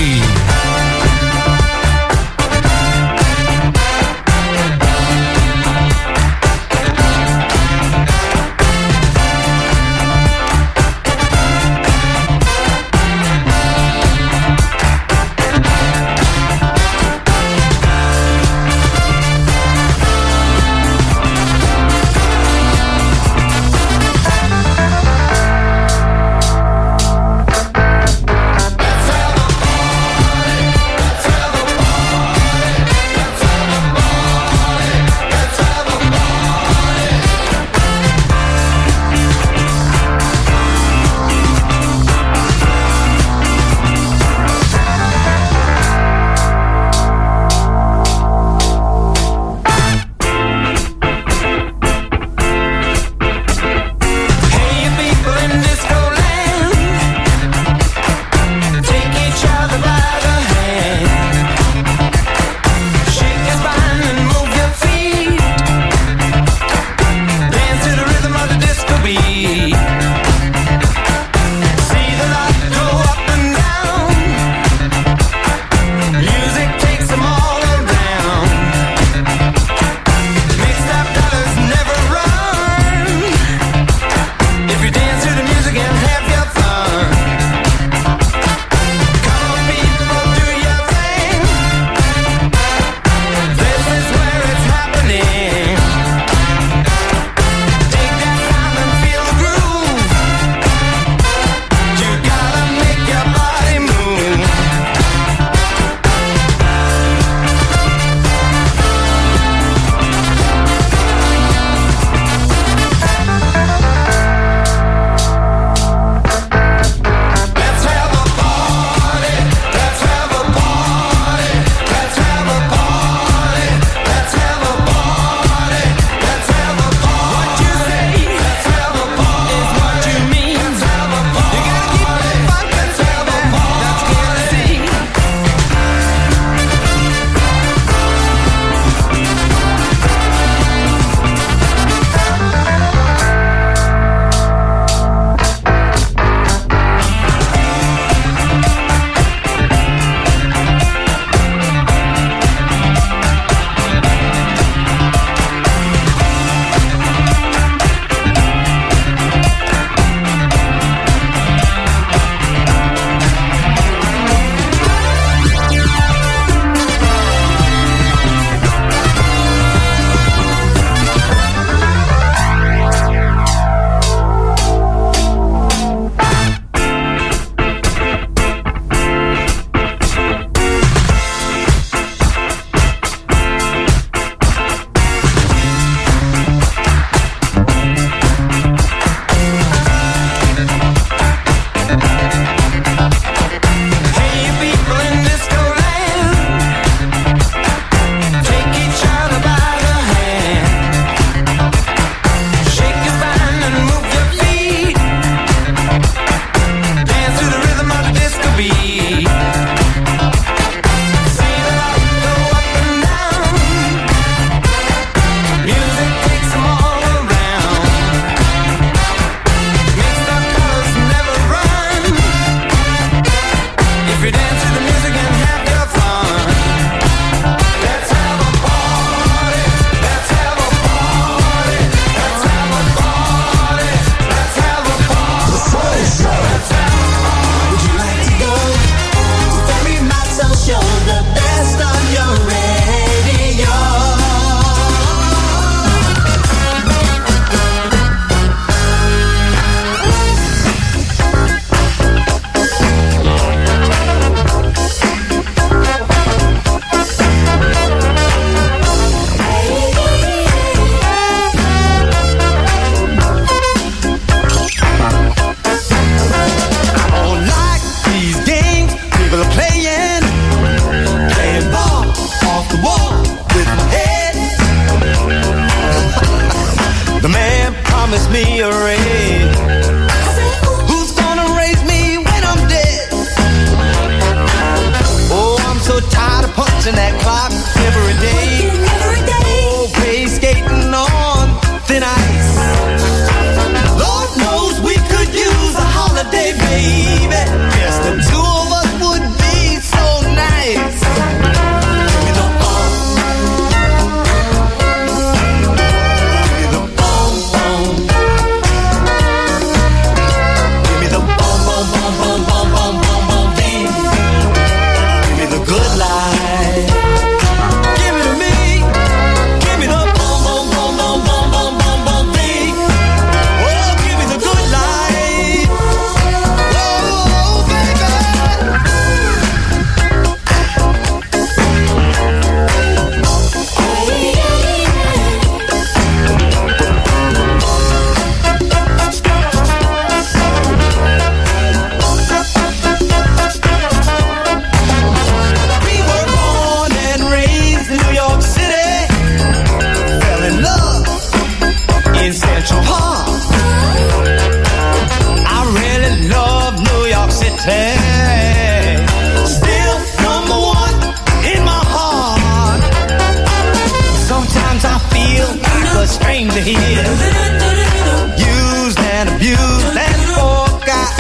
pretend. Still number one in my heart. Sometimes I feel like a stranger here, used and abused and forgot.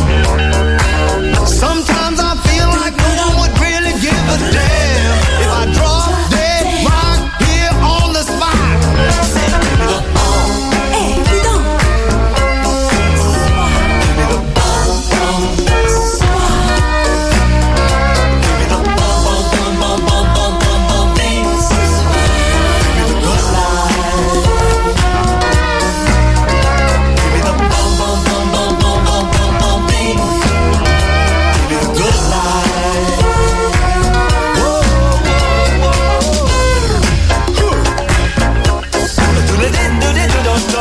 Sometimes I feel like no one would really give a damn if I drop dead right here on the spot. Say, give me the ball. Hey, we don't. Give me the ball, ball. Give me the ball, ball, ball, ball, ball, ball, ball, beats. Give me the good life. Give me the ball, ball, ball, ball, ball, ball, ball, ball, beats. Give me the good life. Whoa, whoa, whoa. Do-do-do-do-do-do-do.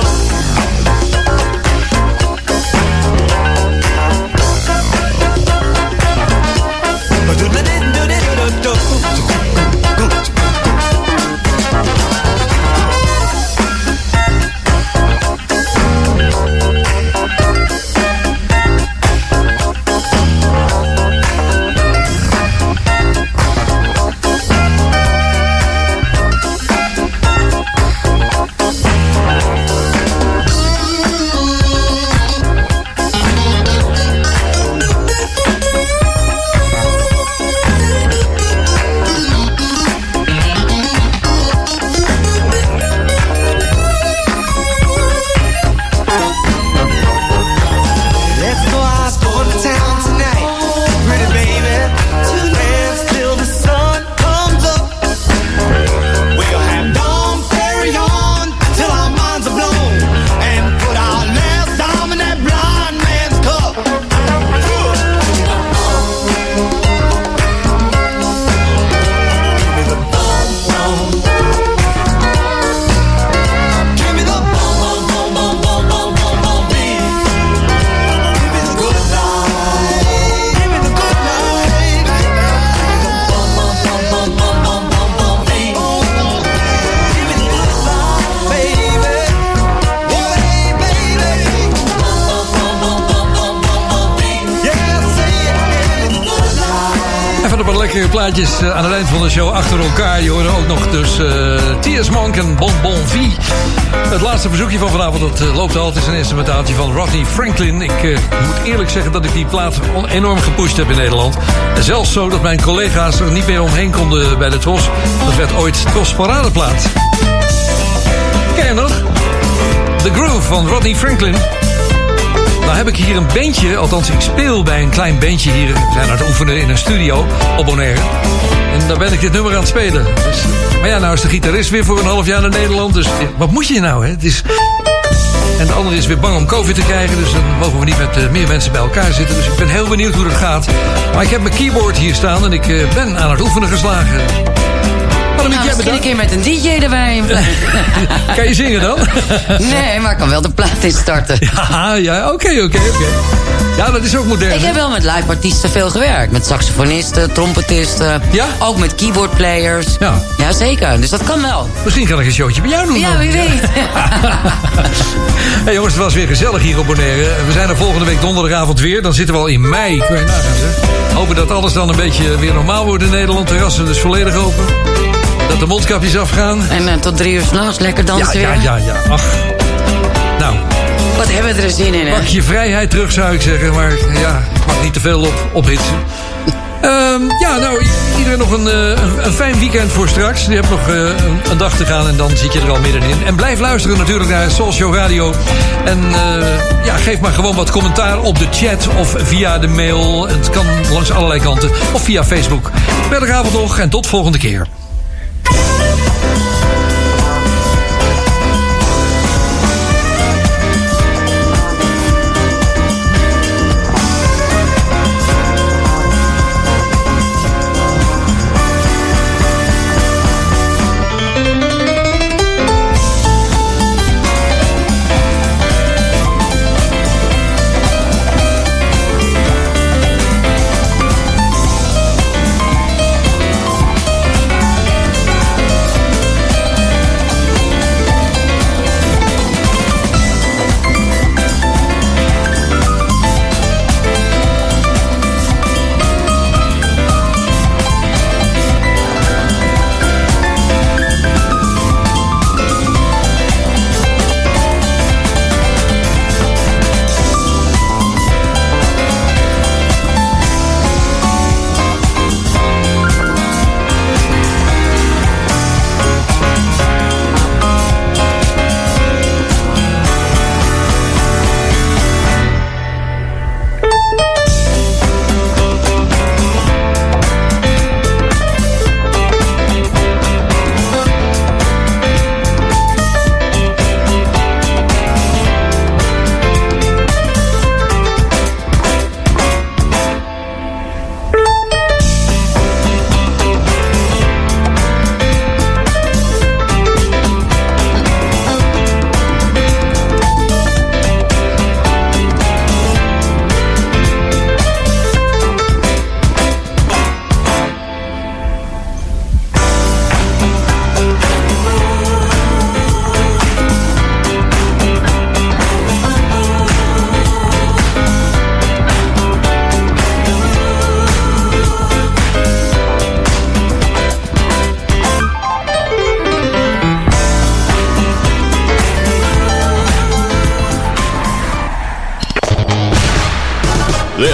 Let's go out on the town tonight, pretty baby. Dance till the sun comes up. We'll have Dom Perignon till our minds are blown, and put our last dime in that blind man's cup. Give me the bum bum. Give me the bum bum bum bum bum bum bum bum beat. Give me the good life. Give me the good life. Give me the bum bum bum bum bum bum bum bum beat. Give me the good life, baby. Yeah, baby. Bum bum bum bum bum bum bum bum beat. Yeah, say it. Give me the good life. Even een paar lekkere plaatjes eh, aan het eind van de show achter elkaar. Je hoorde ook nog dus eh T S Monk en Bon Bon Vie. Het laatste verzoekje van vanavond, dat eh, loopt al. Het is een instrumentatie van Rodney Franklin. Ik eh, moet eerlijk zeggen dat ik die plaat on- enorm gepusht heb in Nederland. En zelfs zo dat mijn collega's er niet meer omheen konden bij de Tros. Dat werd ooit Tros Paradeplaat. Ken je hem nog? The Groove van Rodney Franklin. Nou heb ik hier een bandje, althans ik speel bij een klein bandje hier. We zijn aan het oefenen in een studio op Bonaire. En daar ben ik dit nummer aan het spelen. Dus, maar ja, nou is de gitarist weer voor een half jaar naar Nederland. Dus ja, wat moet je nou, hè? Het is... En de andere is weer bang om COVID te krijgen. Dus dan mogen we niet met uh, meer mensen bij elkaar zitten. Dus ik ben heel benieuwd hoe dat gaat. Maar ik heb mijn keyboard hier staan en ik uh, ben aan het oefenen geslagen. Nou, misschien een keer met een D J erbij. Kan je zingen dan? Nee, maar ik kan wel de plaat instarten. Ja, ja, oké, oké, oké. Ja, dat is ook modern. Ik heb wel met live artiesten veel gewerkt. Met saxofonisten, trompetisten. Ja? Ook met keyboardplayers. Ja. Ja, zeker. Dus dat kan wel. Misschien kan ik een showtje bij jou doen. Ja, dan. wie weet. Hey jongens, het was weer gezellig hier op Bonaire. We zijn er volgende week donderdagavond weer. Dan zitten we al in mei. Kun je nagaan, zeg. Hopen dat alles dan een beetje weer normaal wordt in Nederland. Terrassen dus volledig open. Dat de mondkapjes afgaan. En uh, tot drie uur s'nachts lekker dansen ja, weer. Ja, ja, ja. Ach. Nou. Wat hebben we er zin in, hè? Pak je vrijheid terug, zou ik zeggen. Maar ja, ik mag niet te veel op, ophitsen. Um, ja, nou, iedereen nog een, uh, een fijn weekend voor straks. Je hebt nog uh, een, een dag te gaan en dan zit je er al middenin. En blijf luisteren natuurlijk naar Soul Show Radio. En uh, ja, geef maar gewoon wat commentaar op de chat of via de mail. Het kan langs allerlei kanten. Of via Facebook. Prettige avond nog en tot volgende keer.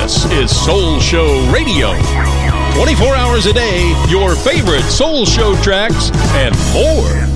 This is Soul Show Radio. twenty-four hours a day, your favorite Soul Show tracks and more.